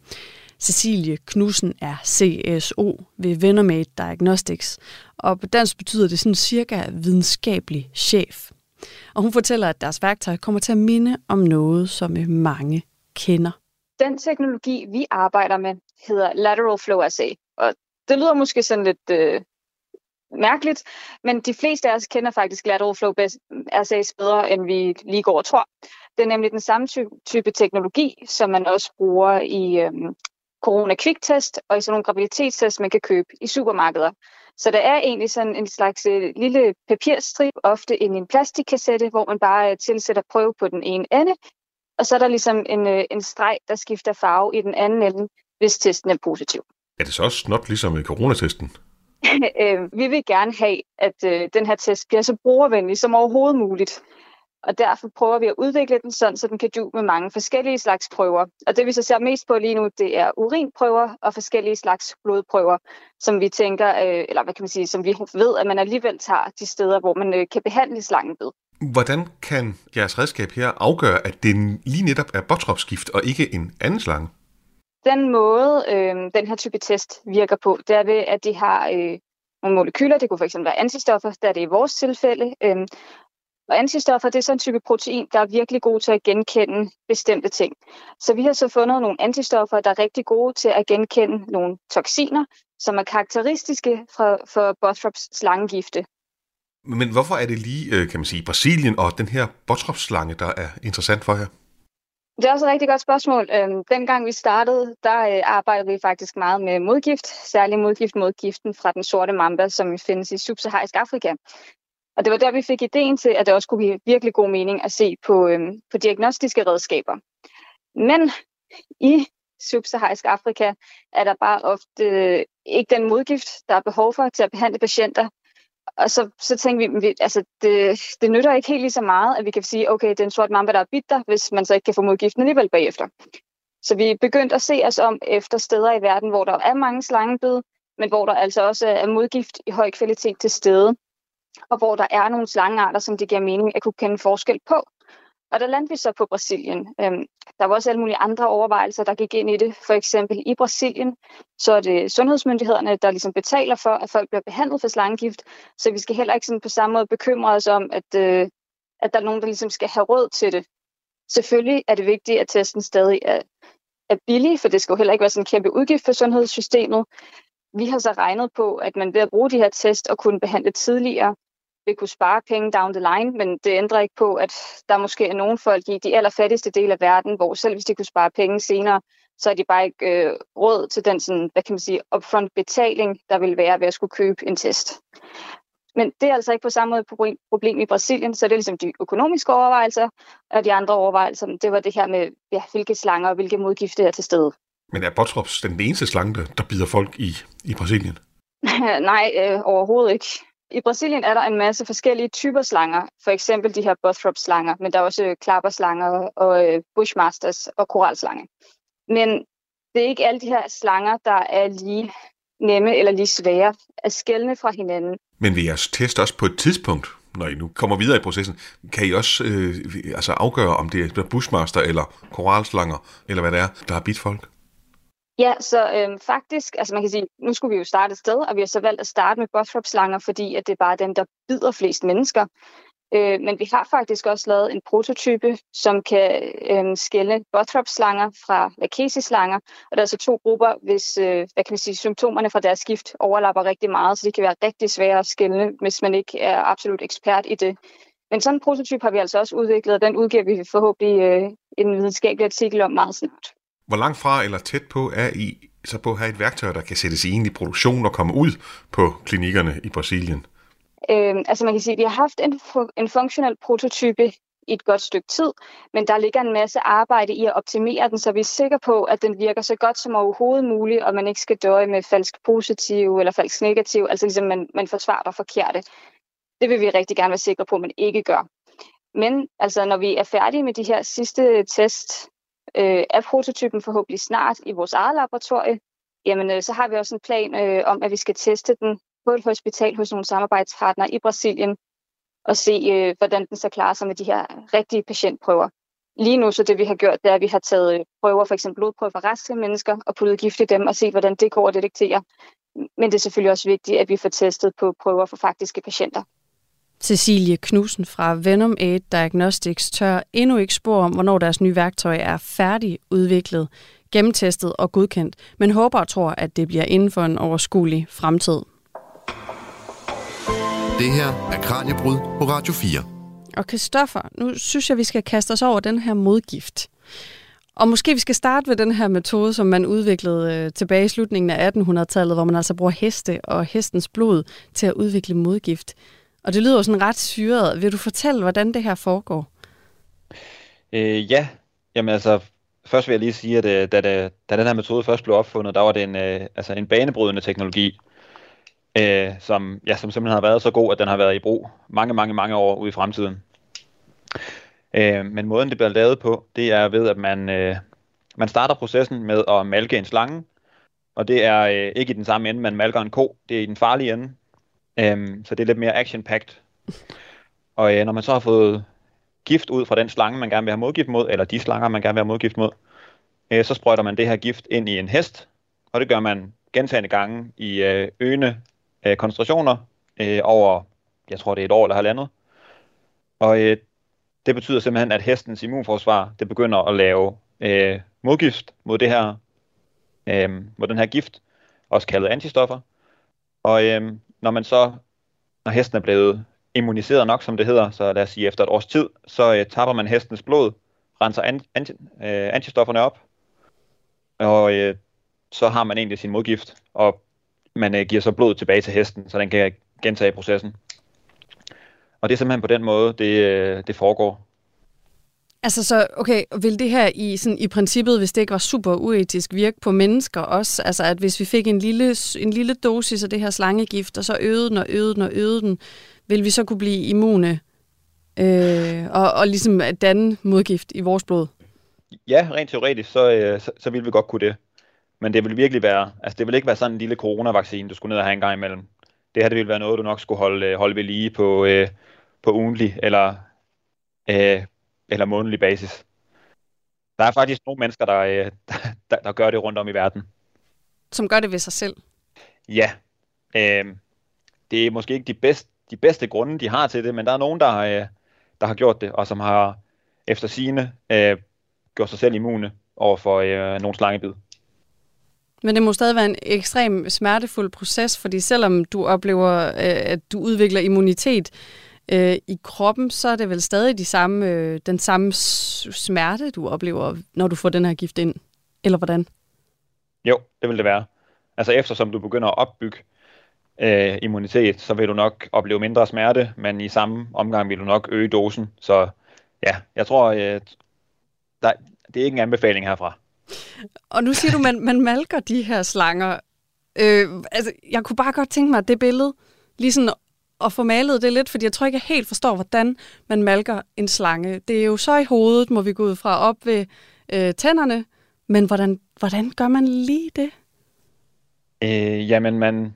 [SPEAKER 3] Cecilie Knudsen er CSO ved Venom-Aid Diagnostics, og på dansk betyder det sådan cirka videnskabelig chef. Og hun fortæller, at deres værktøj kommer til at minde om noget, som mange kender.
[SPEAKER 7] Den teknologi, vi arbejder med, hedder Lateral Flow Assay. Og det lyder måske sådan lidt mærkeligt, men de fleste af os kender faktisk Lateral Flow Assays bedre, end vi lige går og tror. Det er nemlig den samme type teknologi, som man også bruger i corona-kviktest og i sådan nogle graviditetstest, man kan købe i supermarkeder. Så der er egentlig sådan en slags lille papirstrip, ofte i en plastikkassette, hvor man bare tilsætter prøve på den ene ende, og så er der ligesom en streg, der skifter farve i den anden ende, hvis testen er positiv.
[SPEAKER 5] Er det så også snot ligesom i coronatesten?
[SPEAKER 7] Vi vil gerne have, at den her test bliver så brugervenlig som overhovedet muligt. Og derfor prøver vi at udvikle den sådan, så den kan du med mange forskellige slags prøver. Og det vi så ser mest på lige nu, det er urinprøver og forskellige slags blodprøver, som vi tænker, eller hvad kan man sige, som vi ved, at man alligevel tager de steder, hvor man kan behandle slangen ved.
[SPEAKER 5] Hvordan kan jeres redskab her afgøre, at det lige netop er botropsgift og ikke en anden slange?
[SPEAKER 7] Den måde, den her type test virker på, det er ved, at de har nogle molekyler. Det kunne fx være antistoffer, der er det i vores tilfælde. Og antistoffer, det er sådan en type protein, der er virkelig god til at genkende bestemte ting. Så vi har så fundet nogle antistoffer, der er rigtig gode til at genkende nogle toksiner, som er karakteristiske for Bothrops slangegifte.
[SPEAKER 5] Men hvorfor er det lige, kan man sige, Brasilien og den her Bothrops-slange, der er interessant for jer?
[SPEAKER 7] Det er også et rigtig godt spørgsmål. Dengang vi startede, der arbejdede vi faktisk meget med modgift, særlig modgift mod giften fra den sorte mamba, som findes i subsaharisk Afrika. Og det var der, vi fik ideen til, at det også kunne give virkelig god mening at se på diagnostiske redskaber. Men i subsaharisk Afrika er der bare ofte ikke den modgift, der er behov for til at behandle patienter. Og så tænkte vi, altså det nytter ikke helt lige så meget, at vi kan sige, okay, det er en sort mamba, der er bidt dig, hvis man så ikke kan få modgiften alligevel bagefter. Så vi begyndte at se os om efter steder i verden, hvor der er mange slangebid, men hvor der altså også er modgift i høj kvalitet til stede, og hvor der er nogle slangearter, som det giver mening at kunne kende forskel på. Og der landte vi så på Brasilien. Der var også alle mulige andre overvejelser, der gik ind i det. For eksempel i Brasilien, så er det sundhedsmyndighederne, der ligesom betaler for, at folk bliver behandlet for slangegift. Så vi skal heller ikke sådan på samme måde bekymre os om, at der er nogen, der ligesom skal have råd til det. Selvfølgelig er det vigtigt, at testen stadig er billig, for det skal jo heller ikke være sådan en kæmpe udgift for sundhedssystemet. Vi har så regnet på, at man ved at bruge de her test og kunne behandle tidligere, vil kunne spare penge down the line, men det ændrer ikke på, at der måske er nogle folk i de allerfattigste dele af verden, hvor selv hvis de kunne spare penge senere, så er de bare ikke råd til den sådan, hvad kan man sige, upfront betaling, der vil være ved at skulle købe en test. Men det er altså ikke på samme måde et problem i Brasilien, så det er ligesom de økonomiske overvejelser, og de andre overvejelser, det var det her med, ja, hvilke slanger og hvilke modgifter er til stede.
[SPEAKER 5] Men er Bothrops den eneste slange, der bider folk i Brasilien?
[SPEAKER 7] Nej, overhovedet ikke. I Brasilien er der en masse forskellige typer slanger, for eksempel de her Bothrops-slanger, men der er også klapperslanger og bushmasters og koralslange. Men det er ikke alle de her slanger, der er lige nemme eller lige svære at skelne fra hinanden.
[SPEAKER 5] Men vil jeres test også på et tidspunkt, når I nu kommer videre i processen, kan I også afgøre, om det er bushmaster eller koralslanger, eller hvad det er, der har bidt folk?
[SPEAKER 7] Ja, så faktisk, altså man kan sige, nu skulle vi jo starte et sted, og vi har så valgt at starte med Bothrops-slanger, fordi at det er bare dem, der bider flest mennesker. Men vi har faktisk også lavet en prototype, som kan skelne Bothrops-slanger fra Lachesis-slanger. Og der er altså to grupper, hvis symptomerne fra deres gift overlapper rigtig meget, så det kan være rigtig svært at skelne, hvis man ikke er absolut ekspert i det. Men sådan en prototype har vi altså også udviklet, og den udgiver vi forhåbentlig en videnskabelig artikel om meget snart.
[SPEAKER 5] Hvor langt fra eller tæt på er I så på at have et værktøj, der kan sættes i produktion og komme ud på klinikkerne i Brasilien?
[SPEAKER 7] Altså man kan sige, at vi har haft en funktionel prototype i et godt stykke tid, men der ligger en masse arbejde i at optimere den, så vi er sikre på, at den virker så godt som overhovedet muligt, og man ikke skal døje med falsk positiv eller falsk negativ, altså ligesom man forsvarer det forkerte. Det vil vi rigtig gerne være sikre på, at man ikke gør. Men altså når vi er færdige med de her sidste test af prototypen forhåbentlig snart i vores eget laboratorie, jamen så har vi også en plan om, at vi skal teste den på et hospital hos nogle samarbejdspartnere i Brasilien og se, hvordan den så klarer sig med de her rigtige patientprøver. Lige nu så det vi har gjort, det er, at vi har taget prøver, for eksempel blodprøver fra raske mennesker og puttet gift i dem og set, hvordan det går at detektere. Men det er selvfølgelig også vigtigt, at vi får testet på prøver for faktiske patienter.
[SPEAKER 3] Cecilie Knudsen fra Venom Aid Diagnostics tør endnu ikke spore om, hvornår deres nye værktøj er færdigudviklet, gennemtestet og godkendt, men håber og tror, at det bliver inden for en overskuelig fremtid.
[SPEAKER 2] Det her er Kraniebrud på Radio 4.
[SPEAKER 3] Og Christoffer, nu synes jeg, vi skal kaste os over den her modgift. Og måske vi skal starte ved den her metode, som man udviklede tilbage i slutningen af 1800-tallet, hvor man altså bruger heste og hestens blod til at udvikle modgift. Og det lyder jo sådan ret syret. Vil du fortælle, hvordan det her foregår?
[SPEAKER 4] Ja, jamen altså, først vil jeg lige sige, at da den her metode først blev opfundet, der var det en banebrydende teknologi, som simpelthen har været så god, at den har været i brug mange år ude i fremtiden. Men måden det bliver lavet på, det er ved, at man starter processen med at malke en slange, og det er ikke i den samme ende, man malker en ko, det er i den farlige ende. Så det er lidt mere action-packed. Og når man så har fået gift ud fra den slange, man gerne vil have modgift mod, eller de slanger, man gerne vil have modgift mod, så sprøjter man det her gift ind i en hest, og det gør man gentagne gange i øgende koncentrationer over, jeg tror det er et år eller halvandet. Og det betyder simpelthen, at hestens immunforsvar, det begynder at lave modgift mod det her, mod den her gift, også kaldet antistoffer. Og når hesten er blevet immuniseret nok, som det hedder, så lad os sige efter et års tid, så tapper man hestens blod, renser antistofferne op, og så har man egentlig sin modgift, og man giver så blod tilbage til hesten, så den kan gentage processen. Og det er simpelthen på den måde, det foregår.
[SPEAKER 3] Altså så, okay, vil det her i princippet, hvis det ikke var super uetisk, virke på mennesker også? Altså at hvis vi fik en lille dosis af det her slangegift, og så øgede den, vil vi så kunne blive immune og ligesom danne modgift i vores blod?
[SPEAKER 4] Ja, rent teoretisk, så vil vi godt kunne det. Men det vil virkelig være, altså det vil ikke være sådan en lille coronavaccine, du skulle ned og have en gang imellem. Det her, det vil være noget, du nok skulle holde ved lige på ugentlig eller månedlig basis. Der er faktisk nogle mennesker, der gør det rundt om i verden.
[SPEAKER 3] Som gør det ved sig selv?
[SPEAKER 4] Ja. Det er måske ikke de bedste grunde, de har til det, men der er nogen, der har gjort det, og som har efter sigende gjort sig selv immune over for nogle slangebid.
[SPEAKER 3] Men det må stadig være en ekstrem smertefuld proces, fordi selvom du oplever, at du udvikler immunitet i kroppen, så er det vel stadig den samme smerte, du oplever, når du får den her gift ind, eller hvordan?
[SPEAKER 4] Jo, det vil det være. Altså eftersom du begynder at opbygge immunitet, så vil du nok opleve mindre smerte, men i samme omgang vil du nok øge dosen. Så ja, jeg tror, det er ikke en anbefaling herfra.
[SPEAKER 3] Og nu siger du, man malker de her slanger. Altså, jeg kunne bare godt tænke mig, at det billede, lige sådan at få malet det lidt, fordi jeg tror ikke, jeg helt forstår, hvordan man malker en slange. Det er jo så i hovedet, må vi gå ud fra, op ved tænderne. Men hvordan gør man lige det?
[SPEAKER 4] Jamen,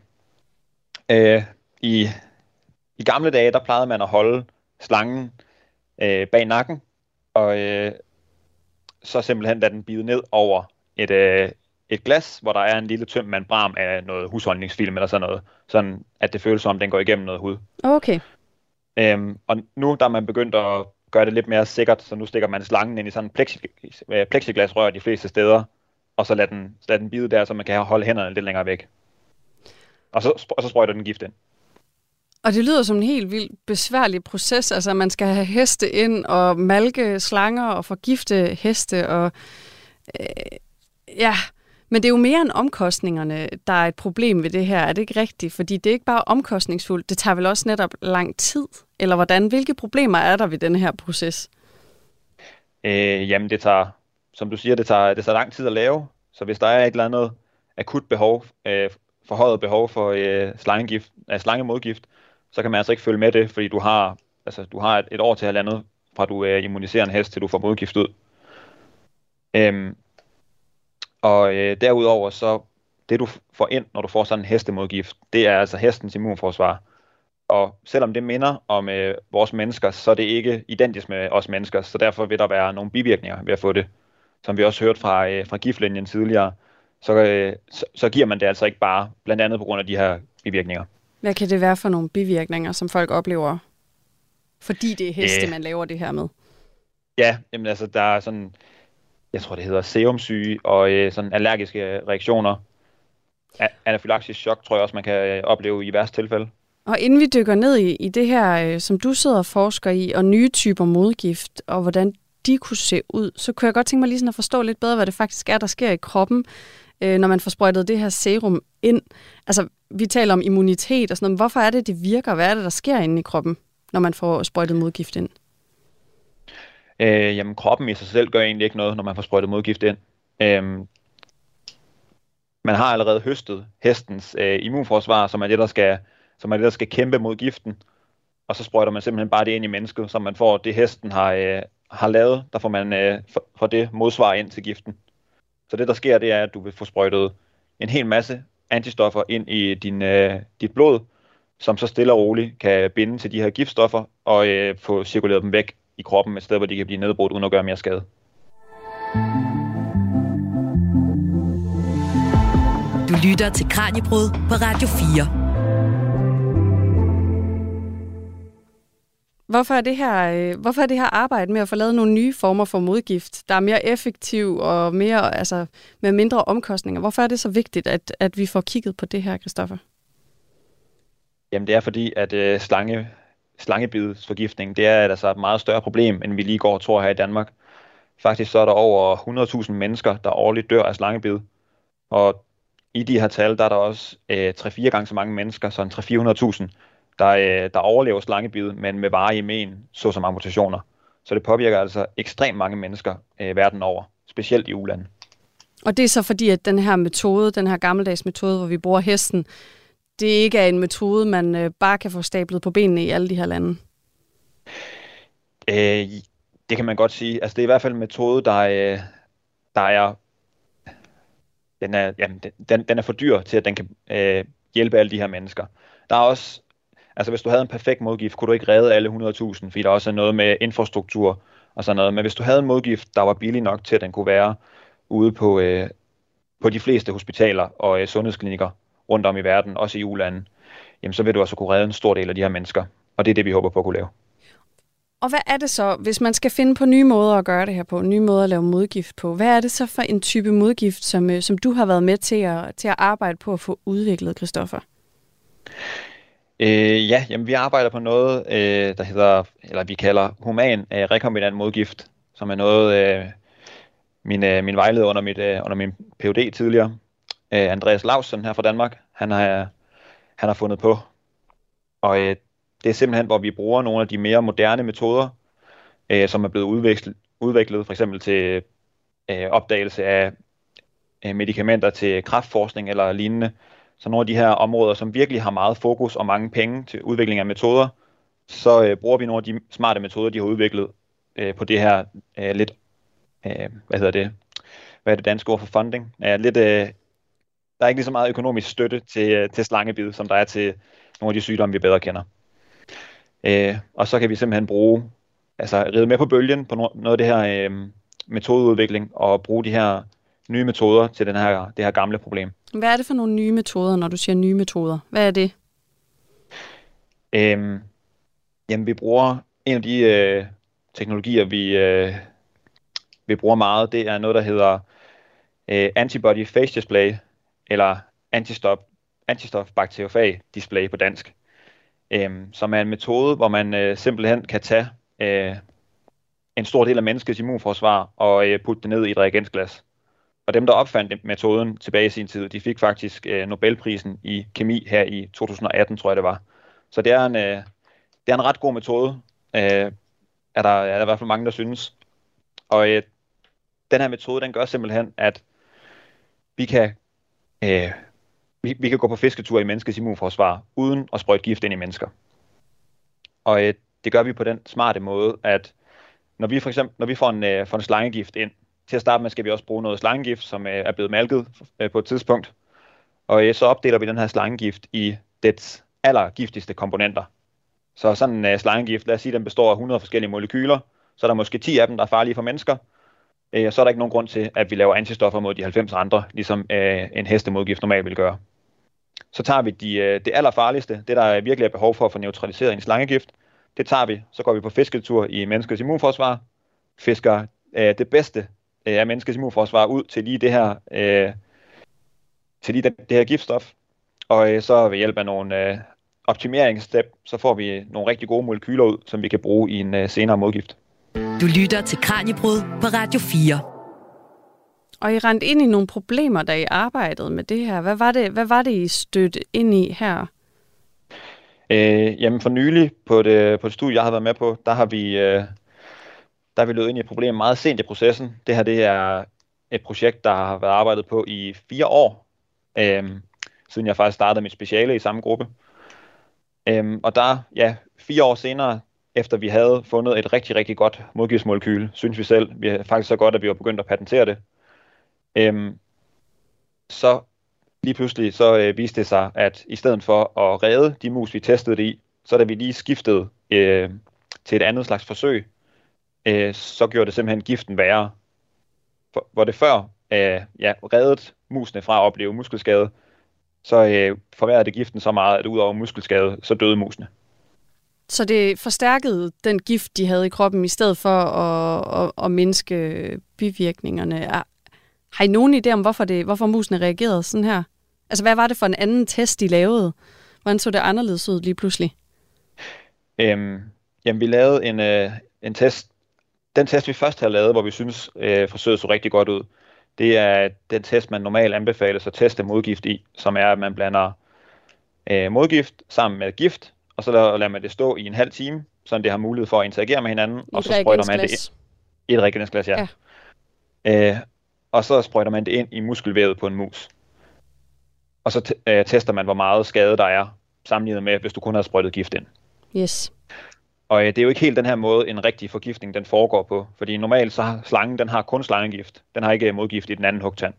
[SPEAKER 4] i gamle dage, der plejede man at holde slangen bag nakken, og så simpelthen lade den bide ned over et glas, hvor der er en lille tynd membran af noget husholdningsfilm eller sådan noget, sådan at det føles som, den går igennem noget hud.
[SPEAKER 3] Okay.
[SPEAKER 4] Og nu der er man begyndt at gøre det lidt mere sikkert, så nu stikker man slangen ind i sådan en plexiglasrør de fleste steder, og så lader den bide der, så man kan holde hænderne lidt længere væk. Og så sprøjter den gift ind.
[SPEAKER 3] Og det lyder som en helt vildt besværlig proces. Altså, man skal have heste ind og malke slanger og forgifte heste. Og, men det er jo mere end omkostningerne, der er et problem ved det her. Er det ikke rigtigt? Fordi det er ikke bare omkostningsfuldt. Det tager vel også netop lang tid? Eller hvordan? Hvilke problemer er der ved denne her proces?
[SPEAKER 4] Jamen, det tager, som du siger, det tager lang tid at lave. Så hvis der er et eller andet akut behov, forhøjet behov for slangemodgift, så kan man altså ikke følge med det, fordi du har et år til halvandet, fra du immuniserer en hest, til du får modgift ud. Derudover, så det du får ind, når du får sådan en hestemodgift, det er altså hestens immunforsvar. Og selvom det minder om vores mennesker, så er det ikke identisk med os mennesker, så derfor vil der være nogle bivirkninger ved at få det. Som vi også hørte fra giftlinjen tidligere, så giver man det altså ikke bare, blandt andet på grund af de her bivirkninger.
[SPEAKER 3] Hvad kan det være for nogle bivirkninger, som folk oplever, fordi det er heste, man laver det her med?
[SPEAKER 4] Ja, jamen altså, der er sådan, jeg tror det hedder serumsyge og sådan allergiske reaktioner. Anafylaktisk chok tror jeg også, man kan opleve i værste tilfælde.
[SPEAKER 3] Og inden vi dykker ned i det her, som du sidder og forsker i, og nye typer modgift, og hvordan de kunne se ud, så kunne jeg godt tænke mig lige sådan at forstå lidt bedre, hvad det faktisk er, der sker i kroppen, når man får sprøjtet det her serum ind. Altså, vi taler om immunitet og sådan noget, men hvorfor er det virker? Hvad er det, der sker inde i kroppen, når man får sprøjtet modgift ind?
[SPEAKER 4] Jamen, kroppen i sig selv gør egentlig ikke noget, når man får sprøjtet modgift ind. Man har allerede høstet hestens immunforsvar, som er det, der skal kæmpe mod giften. Og så sprøjter man simpelthen bare det ind i mennesket, så man får det, hesten har lavet. Der får man får det modsvar ind til giften. Så det, der sker, det er, at du vil få sprøjtet en hel masse antistoffer ind i dit blod, som så stille og roligt kan binde til de her giftstoffer og få cirkuleret dem væk i kroppen et sted, hvor de kan blive nedbrudt uden at gøre mere skade.
[SPEAKER 8] Du lytter til Kraniebrud på Radio 4.
[SPEAKER 3] Hvorfor er det her arbejde med at få lavet nogle nye former for modgift, der er mere effektiv og mere, altså, med mindre omkostninger? Hvorfor er det så vigtigt, at vi får kigget på det her, Christoffer?
[SPEAKER 4] Jamen det er fordi, at slangebidsforgiftning, det er altså et meget større problem, end vi lige går og tror her i Danmark. Faktisk så er der over 100.000 mennesker, der årligt dør af slangebid. Og i de her tal, der er der også 3-4 gange så mange mennesker, så 300-400.000, der overlever slangebid, men med varige men, såsom amputationer. Så det påvirker altså ekstremt mange mennesker verden over, specielt i ulandet.
[SPEAKER 3] Og det er så fordi, at den her metode, den her gammeldags metode, hvor vi bruger hesten, det ikke er en metode, man bare kan få stablet på benene i alle de her lande?
[SPEAKER 4] Det kan man godt sige. Altså det er i hvert fald en metode, den er for dyr til, at den kan hjælpe alle de her mennesker. Der er også, altså hvis du havde en perfekt modgift, kunne du ikke redde alle 100.000, fordi der også er noget med infrastruktur og sådan noget. Men hvis du havde en modgift, der var billig nok til, at den kunne være ude på de fleste hospitaler og sundhedsklinikker rundt om i verden, også i ulandet, jamen så vil du også kunne redde en stor del af de her mennesker. Og det er det, vi håber på at kunne lave.
[SPEAKER 3] Og hvad er det så, hvis man skal finde på nye måder at gøre det her på, nye måder at lave modgift på? Hvad er det så for en type modgift, som du har været med til at arbejde på at få udviklet, Christoffer?
[SPEAKER 4] Jamen vi arbejder på noget, der hedder, eller vi kalder human rekombinant modgift, som er noget, min vejleder under min Ph.D. tidligere, Andreas Laustsen her fra Danmark, han har fundet på. Og det er simpelthen, hvor vi bruger nogle af de mere moderne metoder, som er blevet udviklet for eksempel til opdagelse af medicamenter til kræftforskning eller lignende. Så nogle af de her områder, som virkelig har meget fokus og mange penge til udvikling af metoder, så bruger vi nogle af de smarte metoder, de har udviklet på det her lidt, hvad er det danske ord for funding? Der er ikke lige så meget økonomisk støtte til slangebid, som der er til nogle af de sygdomme, vi bedre kender. Og så kan vi simpelthen ride med på bølgen på noget af det her metodeudvikling og bruge de her nye metoder til det her gamle problem.
[SPEAKER 3] Hvad er det for nogle nye metoder, når du siger nye metoder? Hvad er det?
[SPEAKER 4] Jamen vi bruger en af de teknologier, vi bruger meget, det er noget, der hedder antibody phase display, eller antistof bakteriofag display på dansk, som er en metode, hvor man simpelthen kan tage en stor del af menneskets immunforsvar og putte det ned i et reagensglas. Og dem, der opfandt metoden tilbage i sin tid, de fik faktisk Nobelprisen i kemi her i 2018, tror jeg det var. Så det er en ret god metode, er der i hvert fald mange, der synes. Og den her metode, den gør simpelthen, at vi kan gå på fisketur i menneskets immunforsvar, uden at sprøjte gift ind i mennesker. Og det gør vi på den smarte måde, at når vi får en slangegift ind, til at starte med skal vi også bruge noget slangegift, som er blevet malket på et tidspunkt. Og så opdeler vi den her slangegift i dets allergiftigste komponenter. Så sådan en slangegift, lad os sige, den består af 100 forskellige molekyler, så er der måske 10 af dem, der er farlige for mennesker. Og så er der ikke nogen grund til, at vi laver antistoffer mod de 90 andre, ligesom en hestemodgift normalt vil gøre. Så tager vi det allerfarligste, det der virkelig er behov for at få neutraliseret en slangegift. Det tager vi, så går vi på fisketur i menneskets immunforsvar, fisker det bedste af menneskets immunforsvar ud til lige det her giftstof. Og så ved hjælp af nogle optimeringsstep, så får vi nogle rigtig gode molekyler ud, som vi kan bruge i en senere modgift.
[SPEAKER 8] Du lytter til Kraniebrud på Radio 4.
[SPEAKER 3] Og I rendte ind i nogle problemer, da I arbejdede med det her. Hvad var det I stødte ind i her?
[SPEAKER 4] Jamen for nylig på det studie, jeg har været med på, der har vi løbet ind i et problem meget sent i processen. Det her, det er et projekt, der har været arbejdet på i 4 år, siden jeg faktisk startede mit speciale i samme gruppe. Og der, 4 år senere, efter vi havde fundet et rigtig, rigtig godt modgiftsmolekyl, synes vi selv, vi er faktisk så godt, at vi var begyndt at patentere det, så lige pludselig så viste det sig, at i stedet for at redde de mus, vi testede det i, så da vi lige skiftede til et andet slags forsøg, så gjorde det simpelthen giften værre. Hvor det før reddede musene fra at opleve muskelskade, så forværrede det giften så meget, at ud over muskelskade, så døde musene.
[SPEAKER 3] Så det forstærkede den gift, de havde i kroppen, i stedet for at mindske bivirkningerne. Har I nogen idé om, hvorfor musene reagerede sådan her? Altså, hvad var det for en anden test, de lavede? Hvordan så det anderledes ud lige pludselig?
[SPEAKER 4] Vi lavede en test. Den test, vi først havde lavet, hvor vi synes forsøget så rigtig godt ud, det er den test, man normalt anbefales at teste modgift i, som er, at man blander modgift sammen med gift, og så lader man det stå i en halv time, så det har mulighed for at interagere med hinanden, og så sprøjter man det ind i et reagensglas, ja. Og så sprøjter man det ind i muskelvævet på en mus. Og så tester man, hvor meget skade der er, sammenlignet med, hvis du kun havde sprøjtet gift ind.
[SPEAKER 3] Yes.
[SPEAKER 4] Og det er jo ikke helt den her måde, en rigtig forgiftning den foregår på. Fordi normalt så har slangen, den har kun slangegift. Den har ikke modgift i den anden hugtand.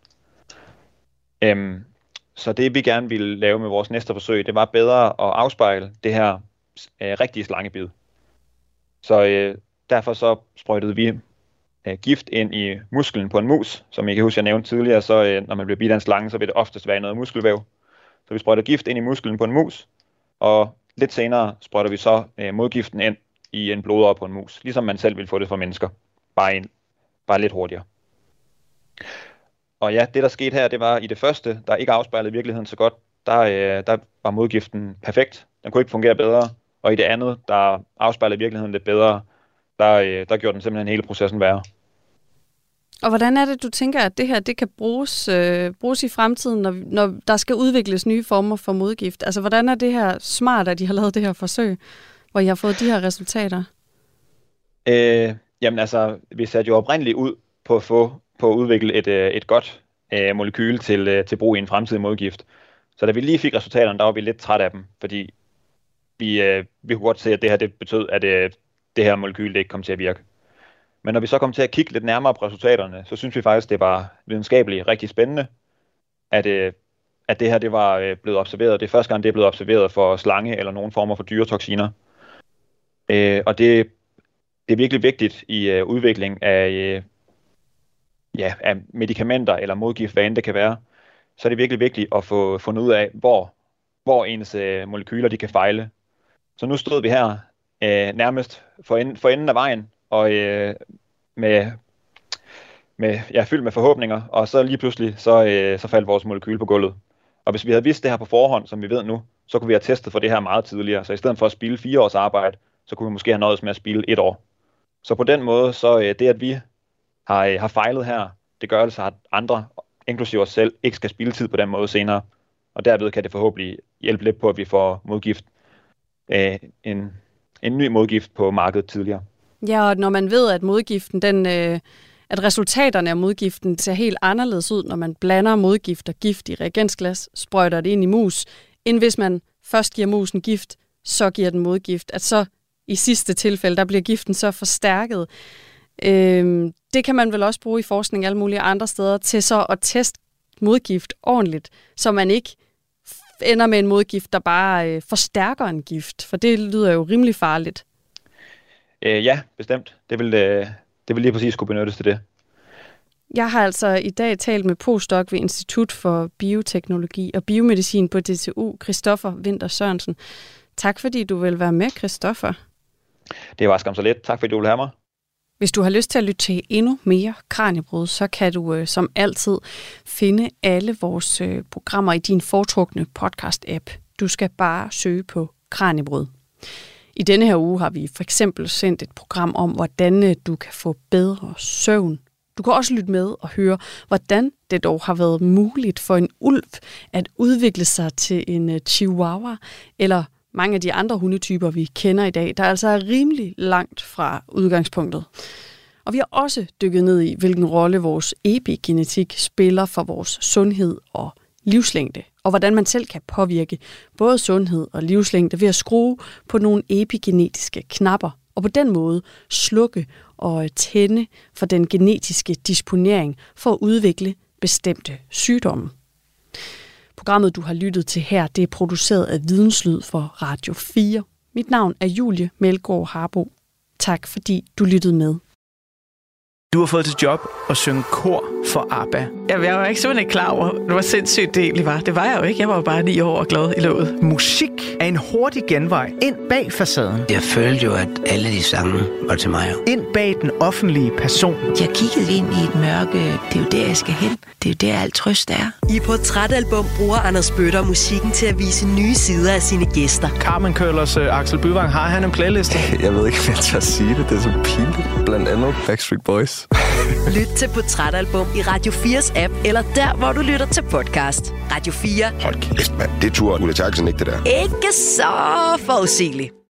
[SPEAKER 4] Så det vi gerne ville lave med vores næste forsøg, det var bedre at afspejle det her rigtige slangebid. Så derfor så sprøjtede vi gift ind i musklen på en mus. Som I kan huske, jeg nævnte tidligere, så når man bliver bidt af en slange, så vil det oftest være noget muskelvæv. Så vi sprøjter gift ind i musklen på en mus, og lidt senere sprøjter vi så modgiften ind i en blodåre på en mus, ligesom man selv ville få det fra mennesker, bare lidt hurtigere. Og ja, det der skete her, det var i det første, der ikke afspejlede virkeligheden så godt, der var modgiften perfekt, den kunne ikke fungere bedre, og i det andet, der afspejlede virkeligheden lidt bedre, der gjorde den simpelthen hele processen værre.
[SPEAKER 3] Og hvordan er det, du tænker, at det her det kan bruges i fremtiden, når der skal udvikles nye former for modgift? Altså, hvordan er det her smart, at de har lavet det her forsøg, hvor I har fået de her resultater?
[SPEAKER 4] Jamen altså, vi satte jo oprindeligt ud på at udvikle et godt molekyle til brug i en fremtidig modgift. Så da vi lige fik resultaterne, der var vi lidt træt af dem, fordi vi kunne godt se, at det her det betød, at det her molekyle ikke kom til at virke. Men når vi så kom til at kigge lidt nærmere på resultaterne, så synes vi faktisk, det var videnskabeligt rigtig spændende, at det her det var blevet observeret. Det er første gang, det er blevet observeret for slange eller nogen former for dyretoksiner. Og det er virkelig vigtigt i udvikling af medicamenter eller modgift, hvad end det kan være. Så er det virkelig vigtigt at få fundet ud af, hvor ens molekyler de kan fejle. Så nu stod vi her nærmest for enden af vejen, og fyldt med forhåbninger, og så lige pludselig, så faldt vores molekyle på gulvet. Og hvis vi havde vidst det her på forhånd, som vi ved nu, så kunne vi have testet for det her meget tidligere. Så i stedet for at spilde 4 års arbejde, så kunne vi måske have nøjes med at spilde 1 år. Så på den måde, så det at vi har fejlet her, det gør altså, at andre, inklusive os selv, ikke skal spilde tid på den måde senere. Og derved kan det forhåbentlig hjælpe lidt på, at vi får modgift, en ny modgift på markedet tidligere.
[SPEAKER 3] Ja, og når man ved, at modgiften, at resultaterne af modgiften ser helt anderledes ud, når man blander modgift og gift i reagensglas, sprøjter det ind i mus, end hvis man først giver musen gift, så giver den modgift. At så i sidste tilfælde, der bliver giften så forstærket. Det kan man vel også bruge i forskning alle mulige andre steder, til så at teste modgift ordentligt, så man ikke ender med en modgift, der bare forstærker en gift, for det lyder jo rimelig farligt.
[SPEAKER 4] Ja, bestemt. Det vil lige præcis kunne benyttes til det.
[SPEAKER 3] Jeg har altså i dag talt med postdoc ved Institut for Bioteknologi og Biomedicin på DTU, Christoffer Winther Sørensen. Tak fordi du vil være med, Christoffer.
[SPEAKER 4] Det var skam så lidt. Tak fordi du vil have mig.
[SPEAKER 3] Hvis du har lyst til at lytte til endnu mere Kraniebrud, så kan du som altid finde alle vores programmer i din foretrukne podcast-app. Du skal bare søge på Kraniebrud. I denne her uge har vi for eksempel sendt et program om, hvordan du kan få bedre søvn. Du kan også lytte med og høre, hvordan det dog har været muligt for en ulv at udvikle sig til en chihuahua, eller mange af de andre hundetyper, vi kender i dag, der altså er rimelig langt fra udgangspunktet. Og vi har også dykket ned i, hvilken rolle vores epigenetik spiller for vores sundhed og livslængde, og hvordan man selv kan påvirke både sundhed og livslængde ved at skrue på nogle epigenetiske knapper, og på den måde slukke og tænde for den genetiske disponering for at udvikle bestemte sygdomme. Programmet, du har lyttet til her, det er produceret af Videnslyd for Radio 4. Mit navn er Julie Melgaard Harbo. Tak fordi du lyttede med.
[SPEAKER 9] Du har fået til job at synge kor for ABBA.
[SPEAKER 10] Jeg var ikke simpelthen klar over, hvor sindssygt det egentlig var. Det var jeg jo ikke. Jeg var jo bare 9 år og glad i låget.
[SPEAKER 9] Musik er en hurtig genvej ind bag facaden.
[SPEAKER 11] Jeg følte jo, at alle de sange var til mig.
[SPEAKER 9] Ind bag den offentlige person.
[SPEAKER 12] Jeg kiggede ind i et mørke. Det er jo der, jeg skal hen. Det er jo der, alt trøst er.
[SPEAKER 8] I Portrætalbum bruger Anders Bøtter musikken til at vise nye sider af sine gæster.
[SPEAKER 9] Carmen Køllers Axel Byvang, har han en playliste?
[SPEAKER 13] Jeg ved ikke, om jeg tør sige det. Det er så pinligt. Blandt andet Backstreet Boys.
[SPEAKER 8] Lyt til Portrætalbum i Radio 4's app, eller der, hvor du lytter til podcast. Radio 4.
[SPEAKER 14] Hold kæft, mand. Det turde Ulla Terkelsen ikke, det der.
[SPEAKER 8] Ikke så forudsigeligt.